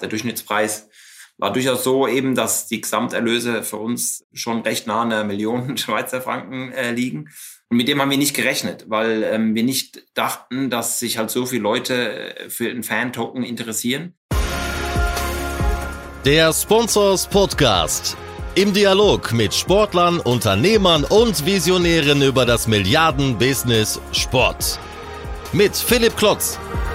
Der Durchschnittspreis war durchaus so eben, dass die Gesamterlöse für uns schon recht nah an 1 Million Schweizer Franken liegen. Und mit dem haben wir nicht gerechnet, weil wir nicht dachten, dass sich halt so viele Leute für einen Fan-Token interessieren. Der Sponsors Podcast. Im Dialog mit Sportlern, Unternehmern und Visionären über das Milliarden-Business Sport. Mit Philipp Klotz.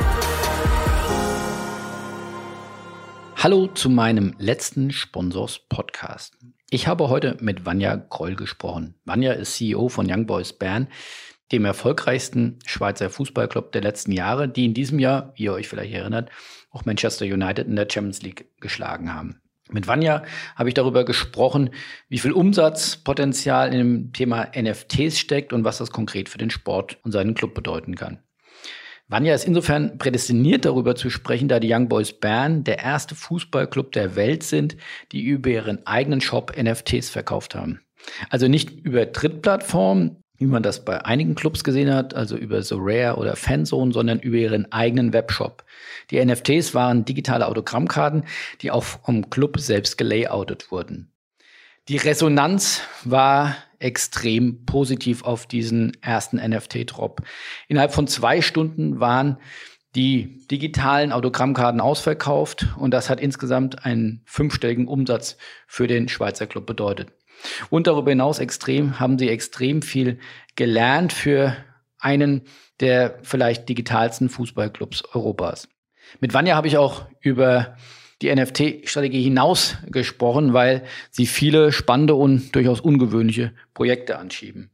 Hallo zu meinem letzten Sponsors Podcast. Ich habe heute mit Vanja Greuel gesprochen. Vanja ist CEO von Young Boys Bern, dem erfolgreichsten Schweizer Fußballclub der letzten Jahre, die in diesem Jahr, wie ihr euch vielleicht erinnert, auch Manchester United in der Champions League geschlagen haben. Mit Vanja habe ich darüber gesprochen, wie viel Umsatzpotenzial in dem Thema NFTs steckt und was das konkret für den Sport und seinen Club bedeuten kann. Vanja ist insofern prädestiniert, darüber zu sprechen, da die Young Boys Bern der erste Fußballclub der Welt sind, die über ihren eigenen Shop NFTs verkauft haben. Also nicht über Drittplattformen, wie man das bei einigen Clubs gesehen hat, also über Sorare oder Fanzone, sondern über ihren eigenen Webshop. Die NFTs waren digitale Autogrammkarten, die auch vom Club selbst gelayoutet wurden. Die Resonanz war extrem positiv auf diesen ersten NFT-Drop. Innerhalb von 2 Stunden waren die digitalen Autogrammkarten ausverkauft und das hat insgesamt einen 5-stelligen Umsatz für den Schweizer Club bedeutet. Und darüber hinaus haben sie extrem viel gelernt für einen der vielleicht digitalsten Fußballclubs Europas. Mit Vanja habe ich auch über die NFT-Strategie hinaus gesprochen, weil sie viele spannende und durchaus ungewöhnliche Projekte anschieben.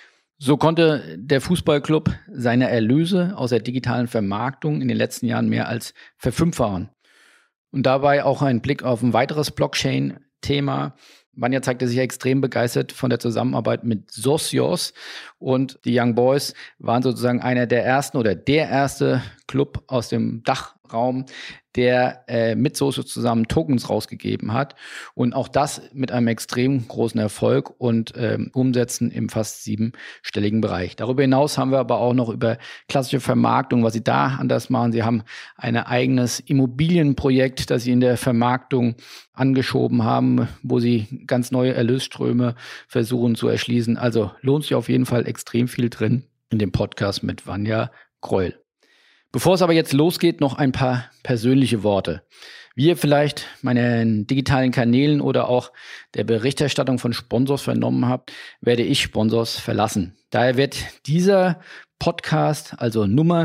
So konnte der Fußballclub seine Erlöse aus der digitalen Vermarktung in den letzten Jahren mehr als verfünffachen. Und dabei auch ein Blick auf ein weiteres Blockchain-Thema. Vanja zeigte sich extrem begeistert von der Zusammenarbeit mit Socios und die Young Boys waren sozusagen einer der ersten oder der erste Club aus dem Dachraum, der mit Socios zusammen Tokens rausgegeben hat und auch das mit einem extrem großen Erfolg und Umsätzen im fast 7-stelligen Bereich. Darüber hinaus haben wir aber auch noch über klassische Vermarktung, was sie da anders machen. Sie haben ein eigenes Immobilienprojekt, das sie in der Vermarktung angeschoben haben, wo sie ganz neue Erlösströme versuchen zu erschließen. Also lohnt sich auf jeden Fall extrem viel drin in dem Podcast mit Vanja Greuel. Bevor es aber jetzt losgeht, noch ein paar persönliche Worte. Wie ihr vielleicht meinen digitalen Kanälen oder auch der Berichterstattung von Sponsors vernommen habt, werde ich Sponsors verlassen. Daher wird dieser Podcast, also Nummer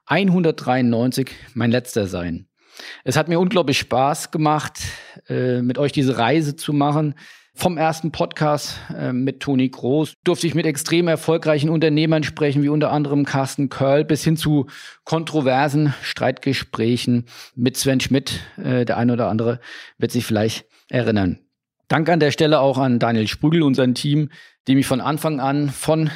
193, mein letzter sein. Es hat mir unglaublich Spaß gemacht, mit euch diese Reise zu machen. Vom ersten Podcast mit Toni Groß durfte ich mit extrem erfolgreichen Unternehmern sprechen, wie unter anderem Carsten Körl, bis hin zu kontroversen Streitgesprächen mit Sven Schmidt. Der eine oder andere wird sich vielleicht erinnern. Dank an der Stelle auch an Daniel Sprügel, unserem Team, die mich von Anfang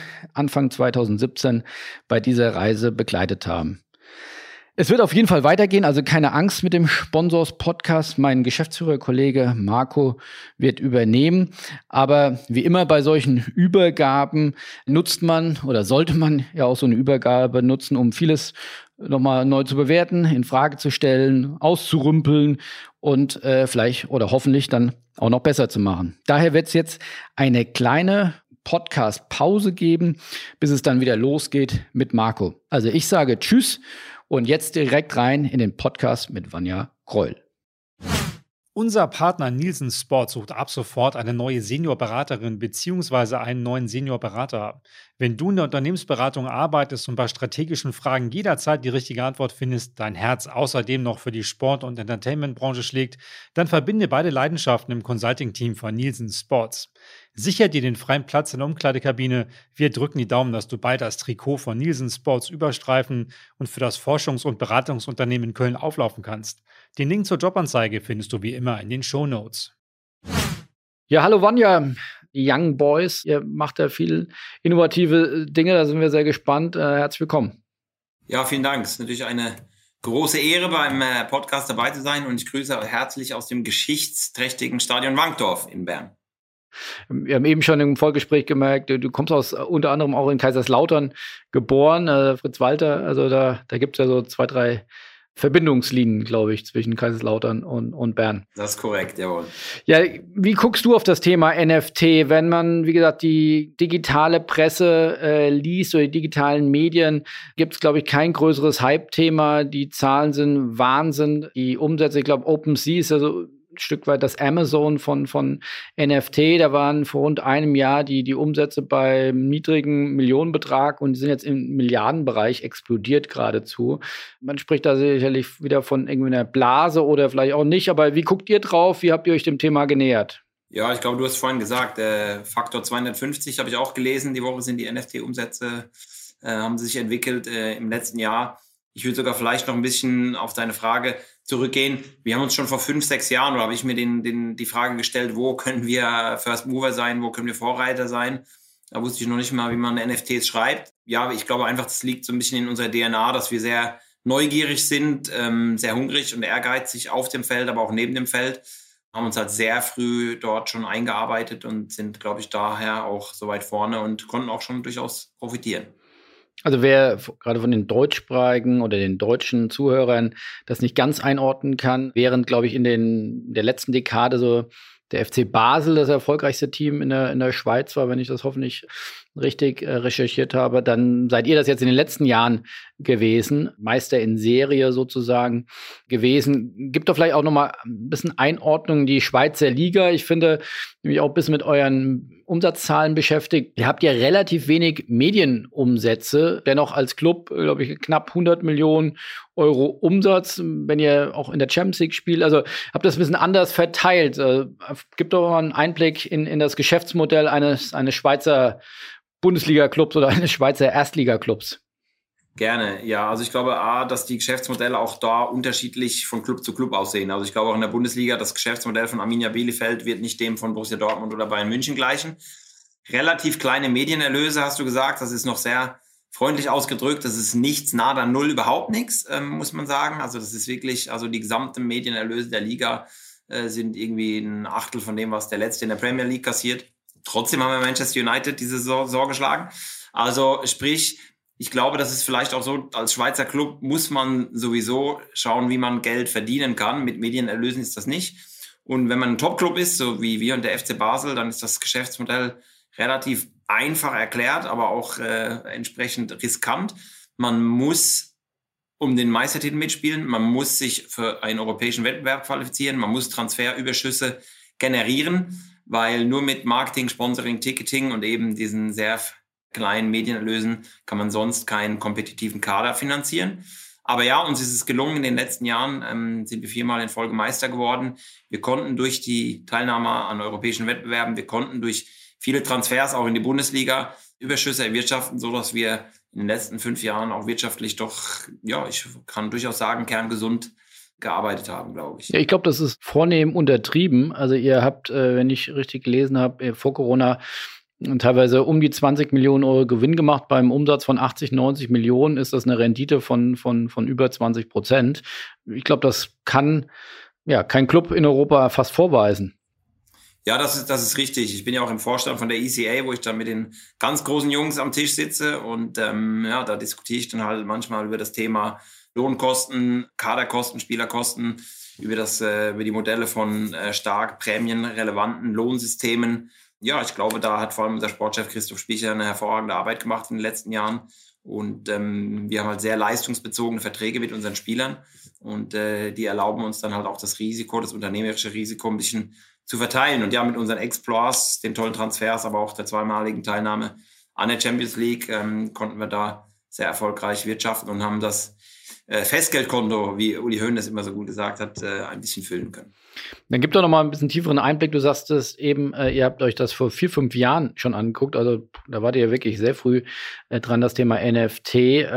2017 bei dieser Reise begleitet haben. Es wird auf jeden Fall weitergehen, also keine Angst mit dem Sponsors-Podcast. Mein Geschäftsführerkollege Marco wird übernehmen. Aber wie immer bei solchen Übergaben nutzt man oder sollte man ja auch so eine Übergabe nutzen, um vieles nochmal neu zu bewerten, in Frage zu stellen, auszurümpeln und vielleicht oder hoffentlich dann auch noch besser zu machen. Daher wird es jetzt eine kleine Podcast-Pause geben, bis es dann wieder losgeht mit Marco. Also ich sage Tschüss. Und jetzt direkt rein in den Podcast mit Vanja Greuel. Unser Partner Nielsen Sport sucht ab sofort eine neue Seniorberaterin bzw. einen neuen Seniorberater. Wenn du in der Unternehmensberatung arbeitest und bei strategischen Fragen jederzeit die richtige Antwort findest, dein Herz außerdem noch für die Sport- und Entertainmentbranche schlägt, dann verbinde beide Leidenschaften im Consulting-Team von Nielsen Sports. Sicher dir den freien Platz in der Umkleidekabine. Wir drücken die Daumen, dass du bald das Trikot von Nielsen Sports überstreifen und für das Forschungs- und Beratungsunternehmen in Köln auflaufen kannst. Den Link zur Jobanzeige findest du wie immer in den Shownotes. Ja, hallo Vanja, die Young Boys. Ihr macht da viel innovative Dinge, da sind wir sehr gespannt. Herzlich willkommen. Ja, vielen Dank. Es ist natürlich eine große Ehre, beim Podcast dabei zu sein und ich grüße herzlich aus dem geschichtsträchtigen Stadion Wankdorf in Bern. Wir haben eben schon im Vorgespräch gemerkt, du kommst unter anderem auch in Kaiserslautern geboren, Fritz Walter, also da gibt es ja so 2, 3 Verbindungslinien, glaube ich, zwischen Kaiserslautern und Bern. Das ist korrekt, jawohl. Ja, wie guckst du auf das Thema NFT, wenn man, wie gesagt, die digitale Presse liest oder die digitalen Medien, gibt es, glaube ich, kein größeres Hype-Thema. Die Zahlen sind Wahnsinn. Die Umsätze, ich glaube, OpenSea ist ja so ein Stück weit das Amazon von NFT. Da waren vor rund einem Jahr die Umsätze beim niedrigen Millionenbetrag und die sind jetzt im Milliardenbereich explodiert geradezu. Man spricht da sicherlich wieder von irgendwie einer Blase oder vielleicht auch nicht. Aber wie guckt ihr drauf? Wie habt ihr euch dem Thema genähert? Ja, ich glaube, du hast vorhin gesagt, Faktor 250 habe ich auch gelesen. Die Woche sind die NFT-Umsätze, haben sich entwickelt im letzten Jahr. Ich würde sogar vielleicht noch ein bisschen auf deine Frage zurückgehen. Wir haben uns schon vor 5, 6 Jahren, oder habe ich mir die Frage gestellt, wo können wir First Mover sein, wo können wir Vorreiter sein? Da wusste ich noch nicht mal, wie man NFTs schreibt. Ja, ich glaube einfach, das liegt so ein bisschen in unserer DNA, dass wir sehr neugierig sind, sehr hungrig und ehrgeizig auf dem Feld, aber auch neben dem Feld. Haben uns halt sehr früh dort schon eingearbeitet und sind, glaube ich, daher auch so weit vorne und konnten auch schon durchaus profitieren. Also wer gerade von den deutschsprachigen oder den deutschen Zuhörern das nicht ganz einordnen kann, während, glaube ich, in der letzten Dekade so der FC Basel das erfolgreichste Team in der Schweiz war, wenn ich das hoffentlich richtig recherchiert habe, dann seid ihr das jetzt in den letzten Jahren gewesen, Meister in Serie sozusagen gewesen. Gibt doch vielleicht auch noch mal ein bisschen Einordnung in die Schweizer Liga. Ich finde, nämlich auch ein bisschen mit euren Umsatzzahlen beschäftigt. Ihr habt ja relativ wenig Medienumsätze, dennoch als Club, glaube ich, knapp 100 Millionen Euro Umsatz, wenn ihr auch in der Champions League spielt. Also habt das ein bisschen anders verteilt. Gibt doch mal einen Einblick in das Geschäftsmodell eines Schweizer Bundesliga-Clubs oder eines Schweizer Erstliga-Clubs. Gerne, ja. Also ich glaube, dass die Geschäftsmodelle auch da unterschiedlich von Club zu Club aussehen. Also ich glaube auch in der Bundesliga, das Geschäftsmodell von Arminia Bielefeld wird nicht dem von Borussia Dortmund oder Bayern München gleichen. Relativ kleine Medienerlöse, hast du gesagt. Das ist noch sehr freundlich ausgedrückt. Das ist nichts, nada, null, überhaupt nichts, muss man sagen. Also das ist wirklich, also die gesamten Medienerlöse der Liga sind irgendwie ein Achtel von dem, was der Letzte in der Premier League kassiert. Trotzdem haben wir Manchester United diese Saison geschlagen. Also sprich, ich glaube, das ist vielleicht auch so, als Schweizer Club muss man sowieso schauen, wie man Geld verdienen kann. Mit Medienerlösen ist das nicht. Und wenn man ein Top-Club ist, so wie wir und der FC Basel, dann ist das Geschäftsmodell relativ einfach erklärt, aber auch entsprechend riskant. Man muss um den Meistertitel mitspielen, man muss sich für einen europäischen Wettbewerb qualifizieren, man muss Transferüberschüsse generieren, weil nur mit Marketing, Sponsoring, Ticketing und eben diesen sehr kleinen Medienerlösen kann man sonst keinen kompetitiven Kader finanzieren. Aber ja, uns ist es gelungen, in den letzten Jahren sind wir 4-mal in Folge Meister geworden. Wir konnten durch die Teilnahme an europäischen Wettbewerben, wir konnten durch viele Transfers auch in die Bundesliga Überschüsse erwirtschaften, so dass wir in den letzten 5 Jahren auch wirtschaftlich doch, ja, ich kann durchaus sagen, kerngesund gearbeitet haben, glaube ich. Ja, ich glaube, das ist vornehm untertrieben. Also ihr habt, wenn ich richtig gelesen habe, vor Corona teilweise um die 20 Millionen Euro Gewinn gemacht. Beim Umsatz von 80, 90 Millionen ist das eine Rendite von über 20%. Ich glaube, das kann ja kein Club in Europa fast vorweisen. Ja, das ist richtig. Ich bin ja auch im Vorstand von der ECA, wo ich dann mit den ganz großen Jungs am Tisch sitze und ja, da diskutiere ich dann halt manchmal über das Thema Lohnkosten, Kaderkosten, Spielerkosten, über die Modelle von stark prämienrelevanten Lohnsystemen. Ja, ich glaube, da hat vor allem unser Sportchef Christoph Spicher eine hervorragende Arbeit gemacht in den letzten Jahren. Und wir haben halt sehr leistungsbezogene Verträge mit unseren Spielern. Und die erlauben uns dann halt auch das Risiko, das unternehmerische Risiko ein bisschen zu verteilen. Und ja, mit unseren Exploits, den tollen Transfers, aber auch der 2-maligen Teilnahme an der Champions League konnten wir da sehr erfolgreich wirtschaften und haben das Festgeldkonto, wie Uli Hoeneß immer so gut gesagt hat, ein bisschen füllen können. Dann gib doch noch mal ein bisschen tieferen Einblick. Du sagst es eben, ihr habt euch das vor 4, 5 Jahren schon angeguckt. Also da wart ihr ja wirklich sehr früh dran, das Thema NFT.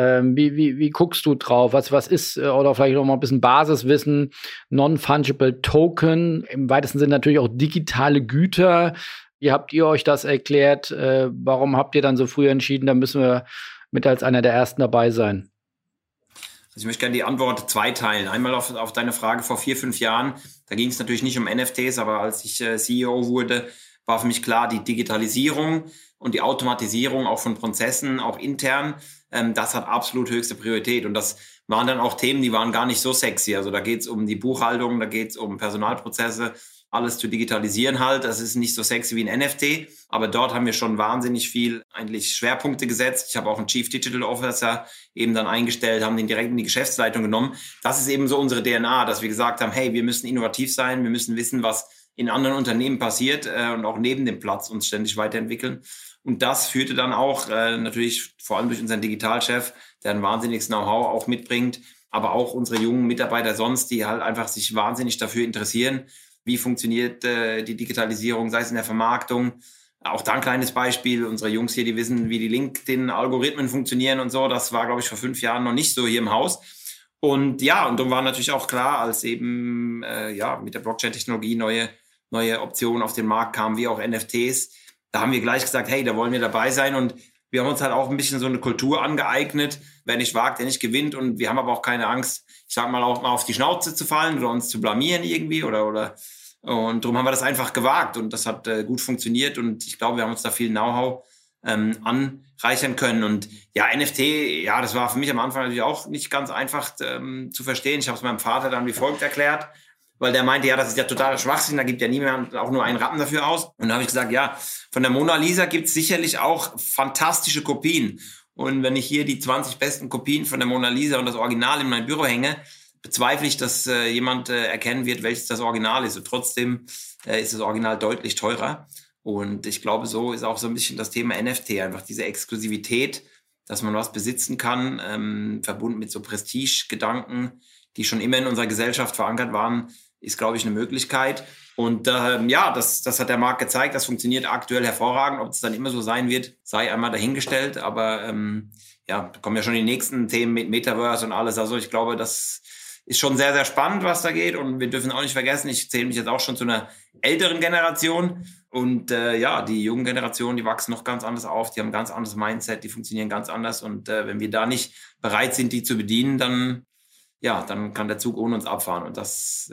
Wie guckst du drauf? Was ist, oder vielleicht noch mal ein bisschen Basiswissen, Non-Fungible Token, im weitesten Sinne natürlich auch digitale Güter. Wie habt ihr euch das erklärt? Warum habt ihr dann so früh entschieden, da müssen wir mit als einer der Ersten dabei sein? Also ich möchte gerne die Antwort zweiteilen. Einmal auf deine Frage vor 4, 5 Jahren. Da ging es natürlich nicht um NFTs, aber als ich CEO wurde, war für mich klar, die Digitalisierung und die Automatisierung auch von Prozessen, auch intern, das hat absolut höchste Priorität. Und das waren dann auch Themen, die waren gar nicht so sexy. Also da geht es um die Buchhaltung, da geht es um Personalprozesse, alles zu digitalisieren halt. Das ist nicht so sexy wie ein NFT, aber dort haben wir schon wahnsinnig viel eigentlich Schwerpunkte gesetzt. Ich habe auch einen Chief Digital Officer eben dann eingestellt, haben den direkt in die Geschäftsleitung genommen. Das ist eben so unsere DNA, dass wir gesagt haben, hey, wir müssen innovativ sein, wir müssen wissen, was in anderen Unternehmen passiert und auch neben dem Platz uns ständig weiterentwickeln. Und das führte dann auch natürlich vor allem durch unseren Digitalchef, der ein wahnsinniges Know-how auch mitbringt, aber auch unsere jungen Mitarbeiter sonst, die halt einfach sich wahnsinnig dafür interessieren, wie funktioniert die Digitalisierung, sei es in der Vermarktung. Auch da ein kleines Beispiel. Unsere Jungs hier, die wissen, wie die LinkedIn-Algorithmen funktionieren und so. Das war, glaube ich, vor 5 Jahren noch nicht so hier im Haus. Und ja, und dann war natürlich auch klar, als eben mit der Blockchain-Technologie neue Optionen auf den Markt kamen, wie auch NFTs, da haben wir gleich gesagt, hey, da wollen wir dabei sein. Und wir haben uns halt auch ein bisschen so eine Kultur angeeignet. Wer nicht wagt, der nicht gewinnt. Und wir haben aber auch keine Angst, ich sag mal, auch mal auf die Schnauze zu fallen oder uns zu blamieren irgendwie oder und darum haben wir das einfach gewagt und das hat gut funktioniert und ich glaube, wir haben uns da viel Know-how anreichern können und ja, NFT, ja, das war für mich am Anfang natürlich auch nicht ganz einfach zu verstehen. Ich habe es meinem Vater dann wie folgt erklärt, weil der meinte, ja, das ist ja totaler Schwachsinn, da gibt ja niemand auch nur einen Rappen dafür aus. Und da habe ich gesagt, ja, von der Mona Lisa gibt es sicherlich auch fantastische Kopien. Und wenn ich hier die 20 besten Kopien von der Mona Lisa und das Original in mein Büro hänge, bezweifle ich, dass jemand erkennen wird, welches das Original ist. Und trotzdem ist das Original deutlich teurer. Und ich glaube, so ist auch so ein bisschen das Thema NFT, einfach diese Exklusivität, dass man was besitzen kann, verbunden mit so Prestige-Gedanken, die schon immer in unserer Gesellschaft verankert waren, ist, glaube ich, eine Möglichkeit. Und das hat der Markt gezeigt, das funktioniert aktuell hervorragend. Ob es dann immer so sein wird, sei einmal dahingestellt. Aber da kommen ja schon die nächsten Themen mit Metaverse und alles. Also ich glaube, das ist schon sehr, sehr spannend, was da geht. Und wir dürfen auch nicht vergessen, ich zähle mich jetzt auch schon zu einer älteren Generation. Und die jungen Generationen, die wachsen noch ganz anders auf. Die haben ein ganz anderes Mindset, die funktionieren ganz anders. Und wenn wir da nicht bereit sind, die zu bedienen, dann kann der Zug ohne uns abfahren. Und das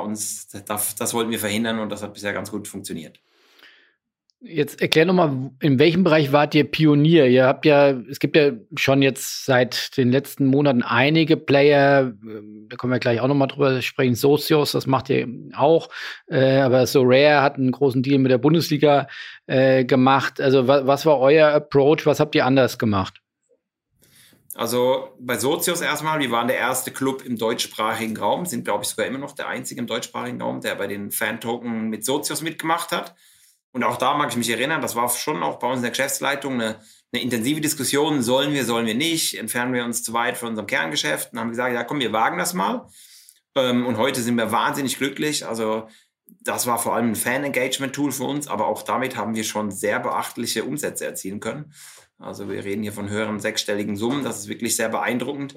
das wollten wir verhindern und das hat bisher ganz gut funktioniert. Jetzt erklär nochmal, in welchem Bereich wart ihr Pionier? Es gibt ja schon jetzt seit den letzten Monaten einige Player, da können wir gleich auch nochmal drüber sprechen, Socios, das macht ihr auch, aber Sorare hat einen großen Deal mit der Bundesliga gemacht. Also was war euer Approach, was habt ihr anders gemacht? Also bei Socios erstmal, wir waren der erste Club im deutschsprachigen Raum, sind, glaube ich, sogar immer noch der einzige im deutschsprachigen Raum, der bei den Fan-Token mit Socios mitgemacht hat. Und auch da mag ich mich erinnern, das war schon auch bei uns in der Geschäftsleitung eine intensive Diskussion, sollen wir nicht, entfernen wir uns zu weit von unserem Kerngeschäft und haben gesagt, ja komm, wir wagen das mal. Und heute sind wir wahnsinnig glücklich, also das war vor allem ein Fan-Engagement-Tool für uns, aber auch damit haben wir schon sehr beachtliche Umsätze erzielen können. Also wir reden hier von höheren sechsstelligen Summen, das ist wirklich sehr beeindruckend.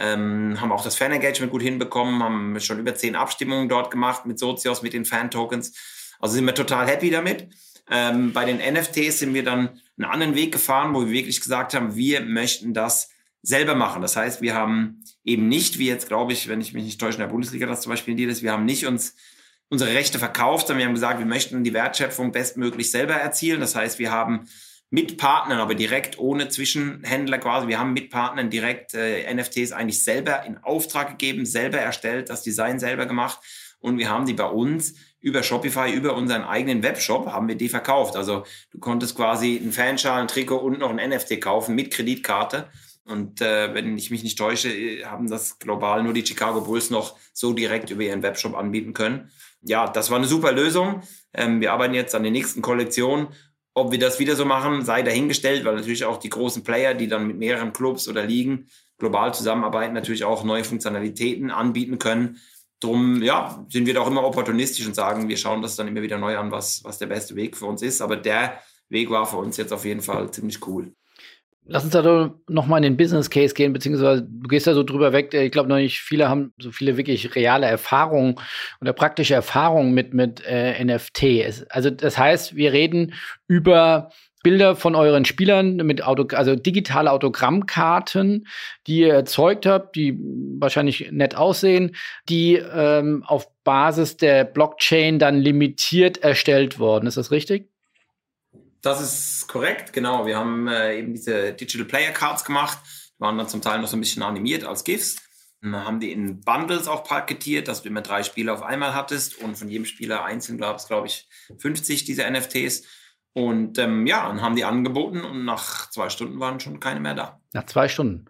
Haben auch das Fan-Engagement gut hinbekommen, haben schon über 10 Abstimmungen dort gemacht mit Socios, mit den Fan-Tokens. Also sind wir total happy damit. Bei den NFTs sind wir dann einen anderen Weg gefahren, wo wir wirklich gesagt haben, wir möchten das selber machen. Das heißt, wir haben eben nicht, wie jetzt glaube ich, wenn ich mich nicht täusche, in der Bundesliga das zum Beispiel in dir ist, wir haben nicht uns unsere Rechte verkauft, sondern wir haben gesagt, wir möchten die Wertschöpfung bestmöglich selber erzielen. Das heißt, wir haben mit Partnern, aber direkt ohne Zwischenhändler quasi, wir haben mit Partnern direkt NFTs eigentlich selber in Auftrag gegeben, selber erstellt, das Design selber gemacht und wir haben die bei uns über Shopify, über unseren eigenen Webshop haben wir die verkauft. Also du konntest quasi einen Fanschal, ein Trikot und noch ein NFT kaufen mit Kreditkarte. Und wenn ich mich nicht täusche, haben das global nur die Chicago Bulls noch so direkt über ihren Webshop anbieten können. Ja, das war eine super Lösung. Wir arbeiten jetzt an der nächsten Kollektion. Ob wir das wieder so machen, sei dahingestellt, weil natürlich auch die großen Player, die dann mit mehreren Clubs oder Ligen global zusammenarbeiten, natürlich auch neue Funktionalitäten anbieten können. Drum, sind wir da auch immer opportunistisch und sagen, wir schauen das dann immer wieder neu an, was der beste Weg für uns ist. Aber der Weg war für uns jetzt auf jeden Fall ziemlich cool. Lass uns da doch nochmal in den Business Case gehen, beziehungsweise du gehst da so drüber weg. Ich glaube, noch nicht viele haben so viele wirklich reale Erfahrungen oder praktische Erfahrungen mit NFT. Also das heißt, wir reden über Bilder von euren Spielern also digitale Autogrammkarten, die ihr erzeugt habt, die wahrscheinlich nett aussehen, die auf Basis der Blockchain dann limitiert erstellt worden. Ist das richtig? Das ist korrekt, genau. Wir haben eben diese Digital Player Cards gemacht. waren dann zum Teil noch so ein bisschen animiert als GIFs. Dann haben die in Bundles auch paketiert, dass du immer 3 Spieler auf einmal hattest und von jedem Spieler einzeln gab es, glaube ich, 50 dieser NFTs. Und dann haben die angeboten und nach 2 Stunden waren schon keine mehr da. Nach 2 Stunden.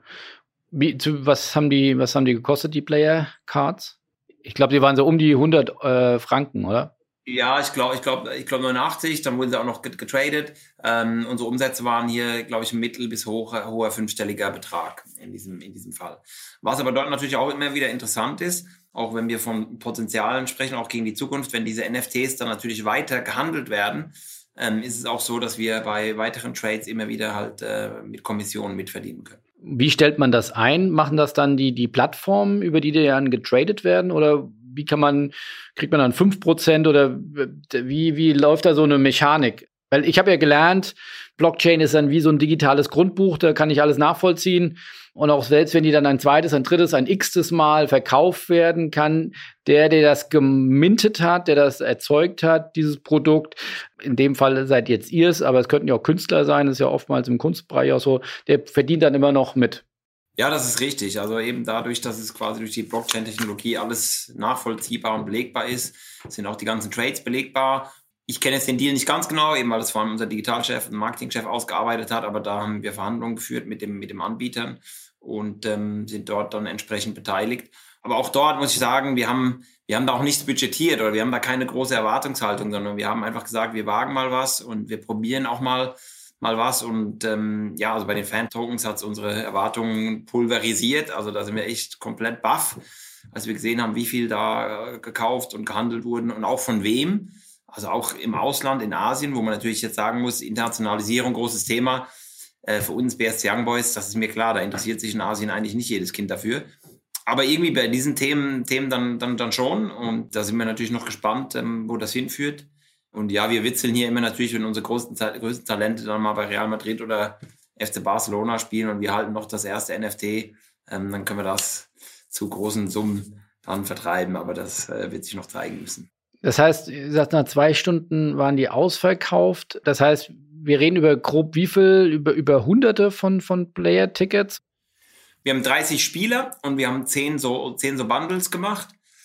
Was haben die gekostet, die Player Cards? Ich glaube, die waren so um die 100 Franken, oder? Ja, ich glaube 89, dann wurden sie auch noch getradet. Unsere Umsätze waren hier, glaube ich, mittel- bis hoher 5-stelliger Betrag in diesem Fall. Was aber dort natürlich auch immer wieder interessant ist, auch wenn wir von Potenzialen sprechen, auch gegen die Zukunft, wenn diese NFTs dann natürlich weiter gehandelt werden, ist es auch so, dass wir bei weiteren Trades immer wieder halt mit Kommissionen mitverdienen können. Wie stellt man das ein? Machen das dann die Plattformen, über die dann getradet werden? Oder kriegt man dann 5% oder wie läuft da so eine Mechanik? Weil ich habe ja gelernt, Blockchain ist dann wie so ein digitales Grundbuch, da kann ich alles nachvollziehen. Und auch selbst wenn die dann ein zweites, ein drittes, ein x-tes Mal verkauft werden, kann der das gemintet hat, der das erzeugt hat, dieses Produkt, in dem Fall seid jetzt ihr es, aber es könnten ja auch Künstler sein, das ist ja oftmals im Kunstbereich auch so, der verdient dann immer noch mit. Ja, das ist richtig. Also eben dadurch, dass es quasi durch die Blockchain-Technologie alles nachvollziehbar und belegbar ist, sind auch die ganzen Trades belegbar. Ich kenne jetzt den Deal nicht ganz genau, eben weil es vor allem unser Digitalchef und Marketingchef ausgearbeitet hat, aber da haben wir Verhandlungen geführt mit dem Anbietern und sind dort dann entsprechend beteiligt. Aber auch dort muss ich sagen, wir haben da auch nichts budgetiert oder wir haben da keine große Erwartungshaltung, sondern wir haben einfach gesagt, wir wagen mal was und wir probieren auch mal was und also bei den Fan-Tokens hat es unsere Erwartungen pulverisiert, also da sind wir echt komplett baff, als wir gesehen haben, wie viel da gekauft und gehandelt wurden und auch von wem, also auch im Ausland, in Asien, wo man natürlich jetzt sagen muss, Internationalisierung, großes Thema, für uns BSC Young Boys, das ist mir klar, da interessiert sich in Asien eigentlich nicht jedes Kind dafür, aber irgendwie bei diesen Themen dann schon und da sind wir natürlich noch gespannt, wo das hinführt. Und ja, wir witzeln hier immer natürlich, wenn unsere größten Talente dann mal bei Real Madrid oder FC Barcelona spielen und wir halten noch das erste NFT, dann können wir das zu großen Summen dann vertreiben, aber das wird sich noch zeigen müssen. Das heißt, nach 2 Stunden waren die ausverkauft. Das heißt, wir reden über grob wie viel? Über Hunderte von Player-Tickets? Wir haben 30 Spieler und wir haben 10 so Bundles gemacht,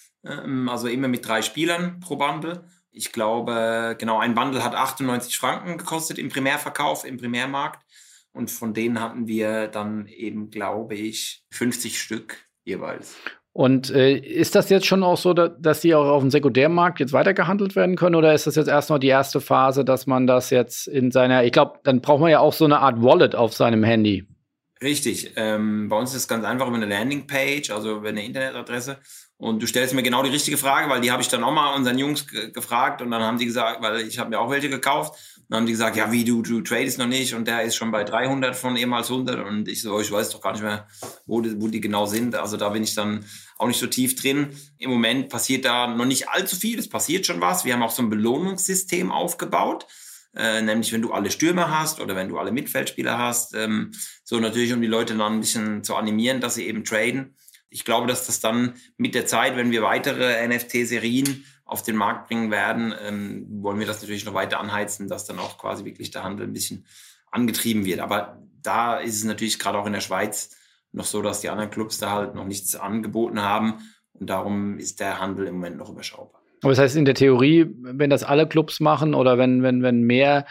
also immer mit 3 Spielern pro Bundle. Ich glaube, genau, ein Bundle hat 98 Franken gekostet im Primärverkauf, im Primärmarkt. Und von denen hatten wir dann eben, glaube ich, 50 Stück jeweils. Und ist das jetzt schon auch so, dass die auch auf dem Sekundärmarkt jetzt weitergehandelt werden können? Oder ist das jetzt erst noch die erste Phase, dass man das jetzt ich glaube, dann braucht man ja auch so eine Art Wallet auf seinem Handy. Richtig. Bei uns ist es ganz einfach über eine Landingpage, also über eine Internetadresse. Und du stellst mir genau die richtige Frage, weil die habe ich dann auch mal unseren Jungs gefragt und dann haben die gesagt, weil ich habe mir auch welche gekauft, dann haben die gesagt, ja wie, du tradest noch nicht und der ist schon bei 300 von ehemals 100 und ich so, ich weiß doch gar nicht mehr, wo die genau sind, also da bin ich dann auch nicht so tief drin. Im Moment passiert da noch nicht allzu viel, es passiert schon was, wir haben auch so ein Belohnungssystem aufgebaut, nämlich wenn du alle Stürmer hast oder wenn du alle Mittelfeldspieler hast, so natürlich, um die Leute dann ein bisschen zu animieren, dass sie eben traden. Ich glaube, dass das dann mit der Zeit, wenn wir weitere NFT-Serien auf den Markt bringen werden, wollen wir das natürlich noch weiter anheizen, dass dann auch quasi wirklich der Handel ein bisschen angetrieben wird. Aber da ist es natürlich gerade auch in der Schweiz noch so, dass die anderen Clubs da halt noch nichts angeboten haben und darum ist der Handel im Moment noch überschaubar. Aber das heißt in der Theorie, wenn das alle Clubs machen oder wenn mehr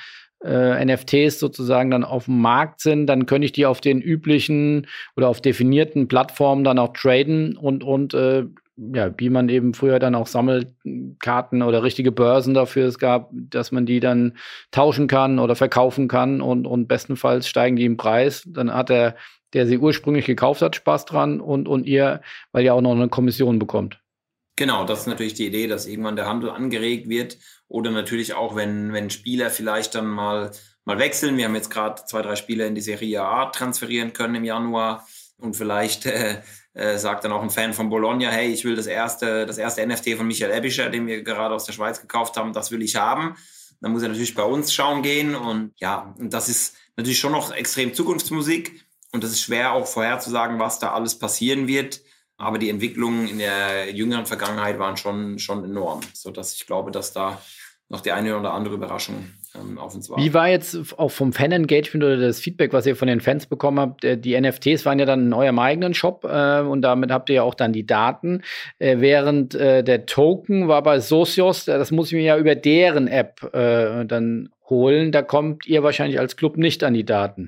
NFTs sozusagen dann auf dem Markt sind, dann könnte ich die auf den üblichen oder auf definierten Plattformen dann auch traden und wie man eben früher dann auch Sammelkarten oder richtige Börsen dafür es gab, dass man die dann tauschen kann oder verkaufen kann und bestenfalls steigen die im Preis. Dann hat der sie ursprünglich gekauft hat, Spaß dran und ihr, weil ihr auch noch eine Kommission bekommt. Genau, das ist natürlich die Idee, dass irgendwann der Handel angeregt wird oder natürlich auch, wenn Spieler vielleicht dann mal wechseln. Wir haben jetzt gerade 2, 3 Spieler in die Serie A transferieren können im Januar und vielleicht sagt dann auch ein Fan von Bologna, hey, ich will das erste NFT von Michael Ebischer, den wir gerade aus der Schweiz gekauft haben, das will ich haben. Dann muss er natürlich bei uns schauen gehen und ja, und das ist natürlich schon noch extrem Zukunftsmusik und das ist schwer auch vorherzusagen, was da alles passieren wird. Aber die Entwicklungen in der jüngeren Vergangenheit waren schon enorm, sodass ich glaube, dass da noch die eine oder andere Überraschung auf uns warten. Wie war jetzt auch vom Fan-Engagement oder das Feedback, was ihr von den Fans bekommen habt? Die NFTs waren ja dann in eurem eigenen Shop und damit habt ihr ja auch dann die Daten. Während der Token war bei Socios, das muss ich mir ja über deren App dann holen. Da kommt ihr wahrscheinlich als Club nicht an die Daten.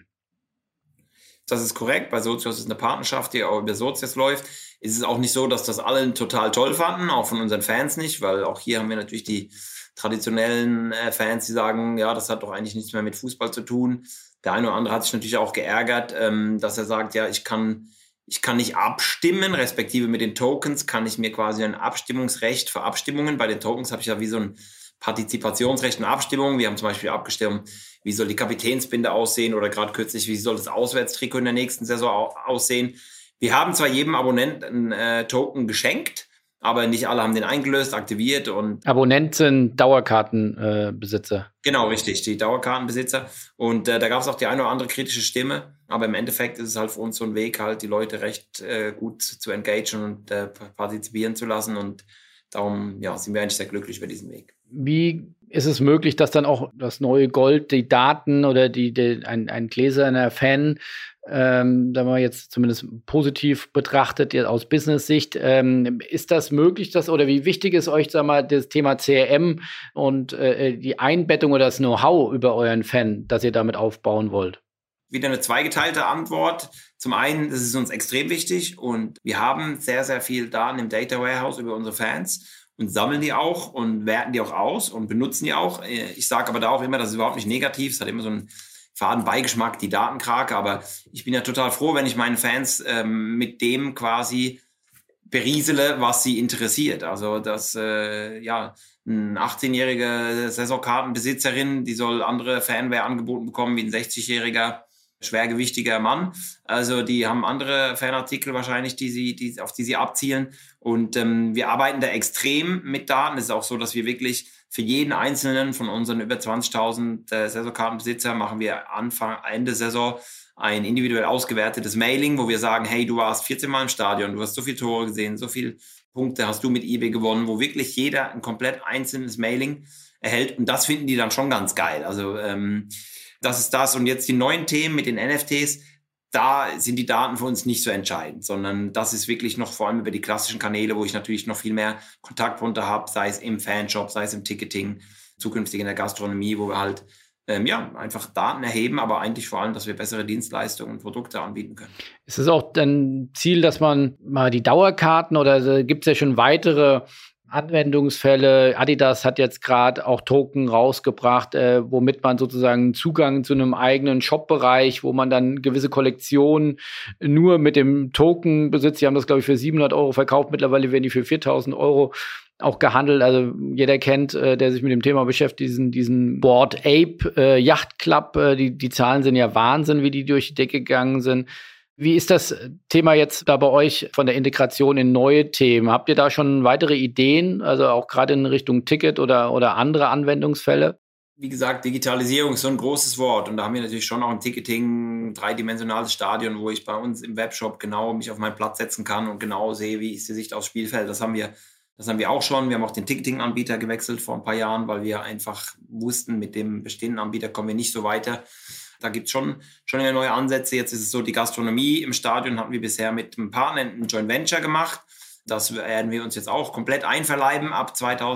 Das ist korrekt. Bei Socios ist eine Partnerschaft, die auch über Socios läuft. Es ist auch nicht so, dass das alle total toll fanden, auch von unseren Fans nicht, weil auch hier haben wir natürlich die traditionellen Fans, die sagen, ja, das hat doch eigentlich nichts mehr mit Fußball zu tun. Der eine oder andere hat sich natürlich auch geärgert, dass er sagt, ja, ich kann nicht abstimmen, respektive mit den Tokens kann ich mir quasi ein Abstimmungsrecht für Abstimmungen. Bei den Tokens habe ich ja wie so ein Partizipationsrecht in Abstimmungen. Wir haben zum Beispiel abgestimmt, wie soll die Kapitänsbinde aussehen oder gerade kürzlich, wie soll das Auswärtstrikot in der nächsten Saison aussehen. Wir haben zwar jedem Abonnenten einen Token geschenkt, aber nicht alle haben den eingelöst, aktiviert. Und Abonnent sind Dauerkartenbesitzer. Genau, richtig, die Dauerkartenbesitzer. Und da gab es auch die eine oder andere kritische Stimme. Aber im Endeffekt ist es halt für uns so ein Weg, halt die Leute recht gut zu engagieren und partizipieren zu lassen. Und darum sind wir eigentlich sehr glücklich über diesen Weg. Wie ist es möglich, dass dann auch das neue Gold, die Daten oder ein gläserner Fan, da man jetzt zumindest positiv betrachtet, jetzt aus Business-Sicht, ist das möglich, oder wie wichtig ist euch, das Thema CRM und die Einbettung oder das Know-how über euren Fan, das ihr damit aufbauen wollt? Wieder eine zweigeteilte Antwort. Zum einen, das ist uns extrem wichtig und wir haben sehr, sehr viel Daten im Data Warehouse über unsere Fans und sammeln die auch und werten die auch aus und benutzen die auch. Ich sage aber da auch immer, das ist überhaupt nicht negativ. Es hat immer so einen faden Beigeschmack, die Datenkrake. Aber ich bin ja total froh, wenn ich meine Fans mit dem quasi beriesele, was sie interessiert. Also dass eine 18-jährige Saisonkartenbesitzerin, die soll andere Fanware angeboten bekommen wie ein 60-jähriger schwergewichtiger Mann. Also die haben andere Fanartikel wahrscheinlich, auf die sie abzielen. Und wir arbeiten da extrem mit Daten. Es ist auch so, dass wir wirklich für jeden einzelnen von unseren über 20.000 Saisonkartenbesitzer machen wir Ende Saison ein individuell ausgewertetes Mailing, wo wir sagen, hey, du warst 14 Mal im Stadion, du hast so viele Tore gesehen, so viele Punkte hast du mit eBay gewonnen, wo wirklich jeder ein komplett einzelnes Mailing erhält. Und das finden die dann schon ganz geil. Also das ist das. Und jetzt die neuen Themen mit den NFTs, da sind die Daten für uns nicht so entscheidend, sondern das ist wirklich noch vor allem über die klassischen Kanäle, wo ich natürlich noch viel mehr Kontaktpunkte habe, sei es im Fanshop, sei es im Ticketing, zukünftig in der Gastronomie, wo wir halt einfach Daten erheben, aber eigentlich vor allem, dass wir bessere Dienstleistungen und Produkte anbieten können. Ist es auch ein Ziel, dass man mal die Dauerkarten oder gibt es ja schon weitere Anwendungsfälle? Adidas hat jetzt gerade auch Token rausgebracht, womit man sozusagen Zugang zu einem eigenen Shop-Bereich, wo man dann gewisse Kollektionen nur mit dem Token besitzt. Die haben das, glaube ich, für 700 € verkauft. Mittlerweile werden die für 4.000 € auch gehandelt. Also jeder kennt, der sich mit dem Thema beschäftigt, diesen Bored Ape Yacht Club. Die Zahlen sind ja Wahnsinn, wie die durch die Decke gegangen sind. Wie ist das Thema jetzt da bei euch von der Integration in neue Themen? Habt ihr da schon weitere Ideen, also auch gerade in Richtung Ticket oder andere Anwendungsfälle? Wie gesagt, Digitalisierung ist so ein großes Wort und da haben wir natürlich schon auch ein Ticketing, dreidimensionales Stadion, wo ich bei uns im Webshop genau mich auf meinen Platz setzen kann und genau sehe, wie ist die Sicht aufs Spielfeld. Das haben wir auch schon. Wir haben auch den Ticketing-Anbieter gewechselt vor ein paar Jahren, weil wir einfach wussten, mit dem bestehenden Anbieter kommen wir nicht so weiter. Da gibt es schon neue Ansätze. Jetzt ist es so, die Gastronomie im Stadion hatten wir bisher mit einem Partner ein Joint Venture gemacht. Das werden wir uns jetzt auch komplett einverleiben. Ab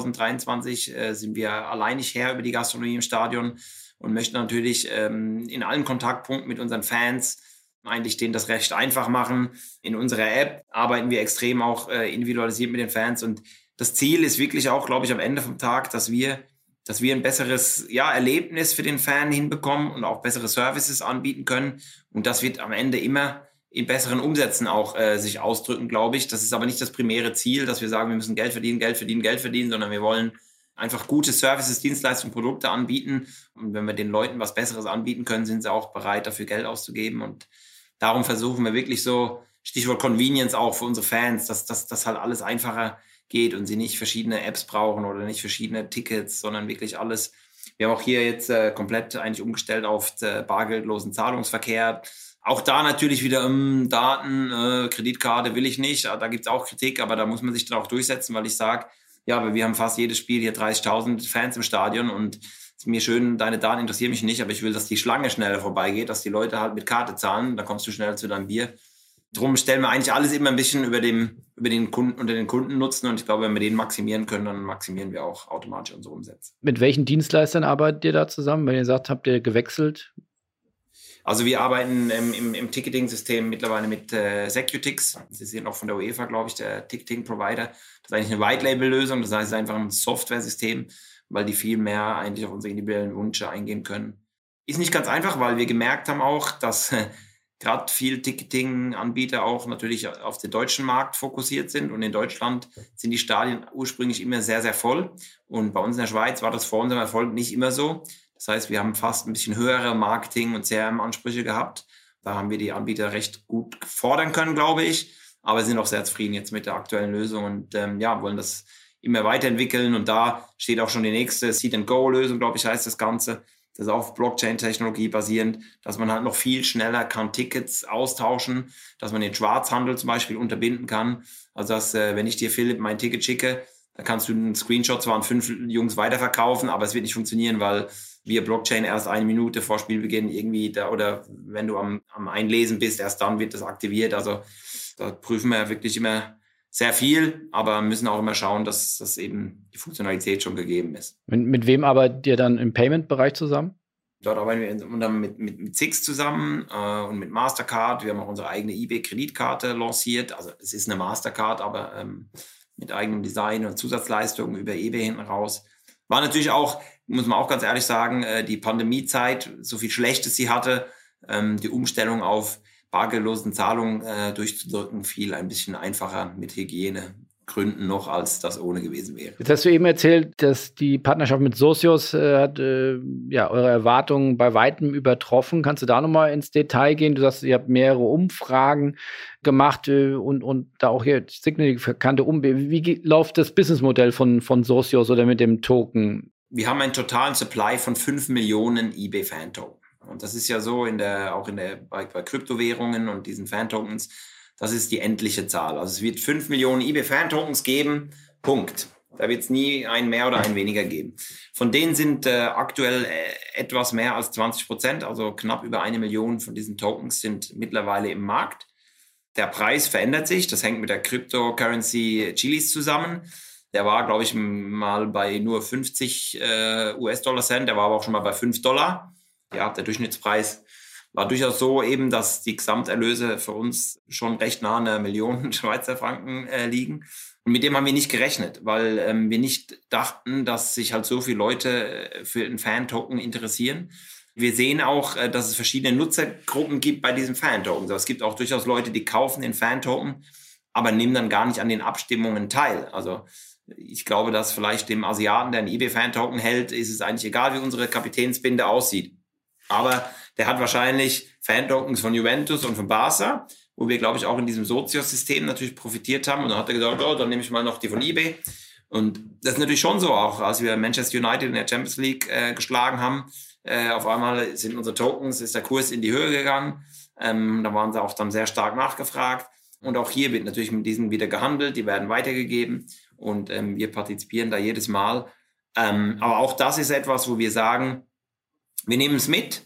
2023 sind wir alleinig Herr über die Gastronomie im Stadion und möchten natürlich in allen Kontaktpunkten mit unseren Fans eigentlich denen das recht einfach machen. In unserer App arbeiten wir extrem auch individualisiert mit den Fans und das Ziel ist wirklich auch, glaube ich, am Ende vom Tag, dass wir ein besseres Erlebnis für den Fan hinbekommen und auch bessere Services anbieten können. Und das wird am Ende immer in besseren Umsätzen auch sich ausdrücken, glaube ich. Das ist aber nicht das primäre Ziel, dass wir sagen, wir müssen Geld verdienen, sondern wir wollen einfach gute Services, Dienstleistungen, Produkte anbieten. Und wenn wir den Leuten was Besseres anbieten können, sind sie auch bereit, dafür Geld auszugeben. Und darum versuchen wir wirklich so, Stichwort Convenience auch für unsere Fans, dass das halt alles einfacher geht und sie nicht verschiedene Apps brauchen oder nicht verschiedene Tickets, sondern wirklich alles. Wir haben auch hier jetzt komplett eigentlich umgestellt auf bargeldlosen Zahlungsverkehr. Auch da natürlich wieder Daten, Kreditkarte will ich nicht. Da gibt es auch Kritik, aber da muss man sich dann auch durchsetzen, weil ich sage, Ja, aber wir haben fast jedes Spiel hier 30.000 Fans im Stadion und ist mir schön, deine Daten interessieren mich nicht, aber ich will, dass die Schlange schneller vorbeigeht, dass die Leute halt mit Karte zahlen, dann kommst du schneller zu deinem Bier. Drum stellen wir eigentlich alles immer ein bisschen unter den Kundennutzen und ich glaube, wenn wir den maximieren können, dann maximieren wir auch automatisch unsere Umsätze. Mit welchen Dienstleistern arbeitet ihr da zusammen? Wenn ihr sagt, habt ihr gewechselt? Also wir arbeiten im Ticketing-System mittlerweile mit Secutix. Sie sind auch von der UEFA, glaube ich, der Ticketing-Provider. Das ist eigentlich eine White-Label-Lösung. Das heißt, es ist einfach ein Software-System, weil die viel mehr eigentlich auf unsere individuellen Wünsche eingehen können. Ist nicht ganz einfach, weil wir gemerkt haben auch, dass gerade viele Ticketing-Anbieter auch natürlich auf den deutschen Markt fokussiert sind. Und in Deutschland sind die Stadien ursprünglich immer sehr, sehr voll. Und bei uns in der Schweiz war das vor unserem Erfolg nicht immer so. Das heißt, wir haben fast ein bisschen höhere Marketing- und CRM-Ansprüche gehabt. Da haben wir die Anbieter recht gut fordern können, glaube ich. Aber sind auch sehr zufrieden jetzt mit der aktuellen Lösung und wollen das immer weiterentwickeln. Und da steht auch schon die nächste Seed-and-Go-Lösung, glaube ich, heißt das Ganze. Das ist auf Blockchain-Technologie basierend, dass man halt noch viel schneller kann Tickets austauschen, dass man den Schwarzhandel zum Beispiel unterbinden kann. Also dass, wenn ich dir, Philipp, mein Ticket schicke, dann kannst du einen Screenshot zwar an 5 Jungs weiterverkaufen, aber es wird nicht funktionieren, weil via Blockchain erst 1 Minute vor Spielbeginn irgendwie oder wenn du am Einlesen bist, erst dann wird das aktiviert. Also da prüfen wir wirklich immer sehr viel, aber müssen auch immer schauen, dass eben die Funktionalität schon gegeben ist. Mit wem arbeitet ihr dann im Payment-Bereich zusammen? Dort arbeiten wir mit Six zusammen und mit Mastercard. Wir haben auch unsere eigene eBay-Kreditkarte lanciert. Also es ist eine Mastercard, aber mit eigenem Design und Zusatzleistungen über eBay hinten raus. War natürlich auch, muss man auch ganz ehrlich sagen, die Pandemiezeit, so viel Schlechtes sie hatte, die Umstellung auf bargeldlosen Zahlungen durchzudrücken, viel ein bisschen einfacher mit Hygienegründen noch, als das ohne gewesen wäre. Jetzt hast du eben erzählt, dass die Partnerschaft mit Socios hat eure Erwartungen bei weitem übertroffen. Kannst du da nochmal ins Detail gehen? Du sagst, ihr habt mehrere Umfragen gemacht und da auch hier signifikante Wie läuft das Businessmodell von Socios oder mit dem Token? Wir haben einen totalen Supply von 5 Millionen eBay-Fan-Token. Und das ist ja so bei Kryptowährungen und diesen Fan-Tokens, das ist die endliche Zahl. Also es wird 5 Millionen eBay-Fan-Tokens geben, Punkt. Da wird es nie ein mehr oder ein weniger geben. Von denen sind aktuell etwas mehr als 20%, also knapp über 1 Million von diesen Tokens sind mittlerweile im Markt. Der Preis verändert sich, das hängt mit der Cryptocurrency Chilis zusammen. Der war, glaube ich, mal bei nur 50 US-Dollar-Cent, der war aber auch schon mal bei $5. Ja, der Durchschnittspreis war durchaus so eben, dass die Gesamterlöse für uns schon recht nah an 1 Million Schweizer Franken liegen. Und mit dem haben wir nicht gerechnet, weil wir nicht dachten, dass sich halt so viele Leute für einen Fan-Token interessieren. Wir sehen auch, dass es verschiedene Nutzergruppen gibt bei diesen Fan-Tokens. Also es gibt auch durchaus Leute, die kaufen den Fan-Token, aber nehmen dann gar nicht an den Abstimmungen teil. Also ich glaube, dass vielleicht dem Asiaten, der einen eBay-Fan-Token hält, ist es eigentlich egal, wie unsere Kapitänsbinde aussieht. Aber der hat wahrscheinlich Fan-Tokens von Juventus und von Barca, wo wir, glaube ich, auch in diesem Sozios-System natürlich profitiert haben. Und dann hat er gesagt, dann nehme ich mal noch die von eBay. Und das ist natürlich schon so, auch als wir Manchester United in der Champions League geschlagen haben, auf einmal sind unsere Tokens, ist der Kurs in die Höhe gegangen. Da waren sie auch dann sehr stark nachgefragt. Und auch hier wird natürlich mit diesen wieder gehandelt, die werden weitergegeben und wir partizipieren da jedes Mal. Aber auch das ist etwas, wo wir sagen, wir nehmen es mit,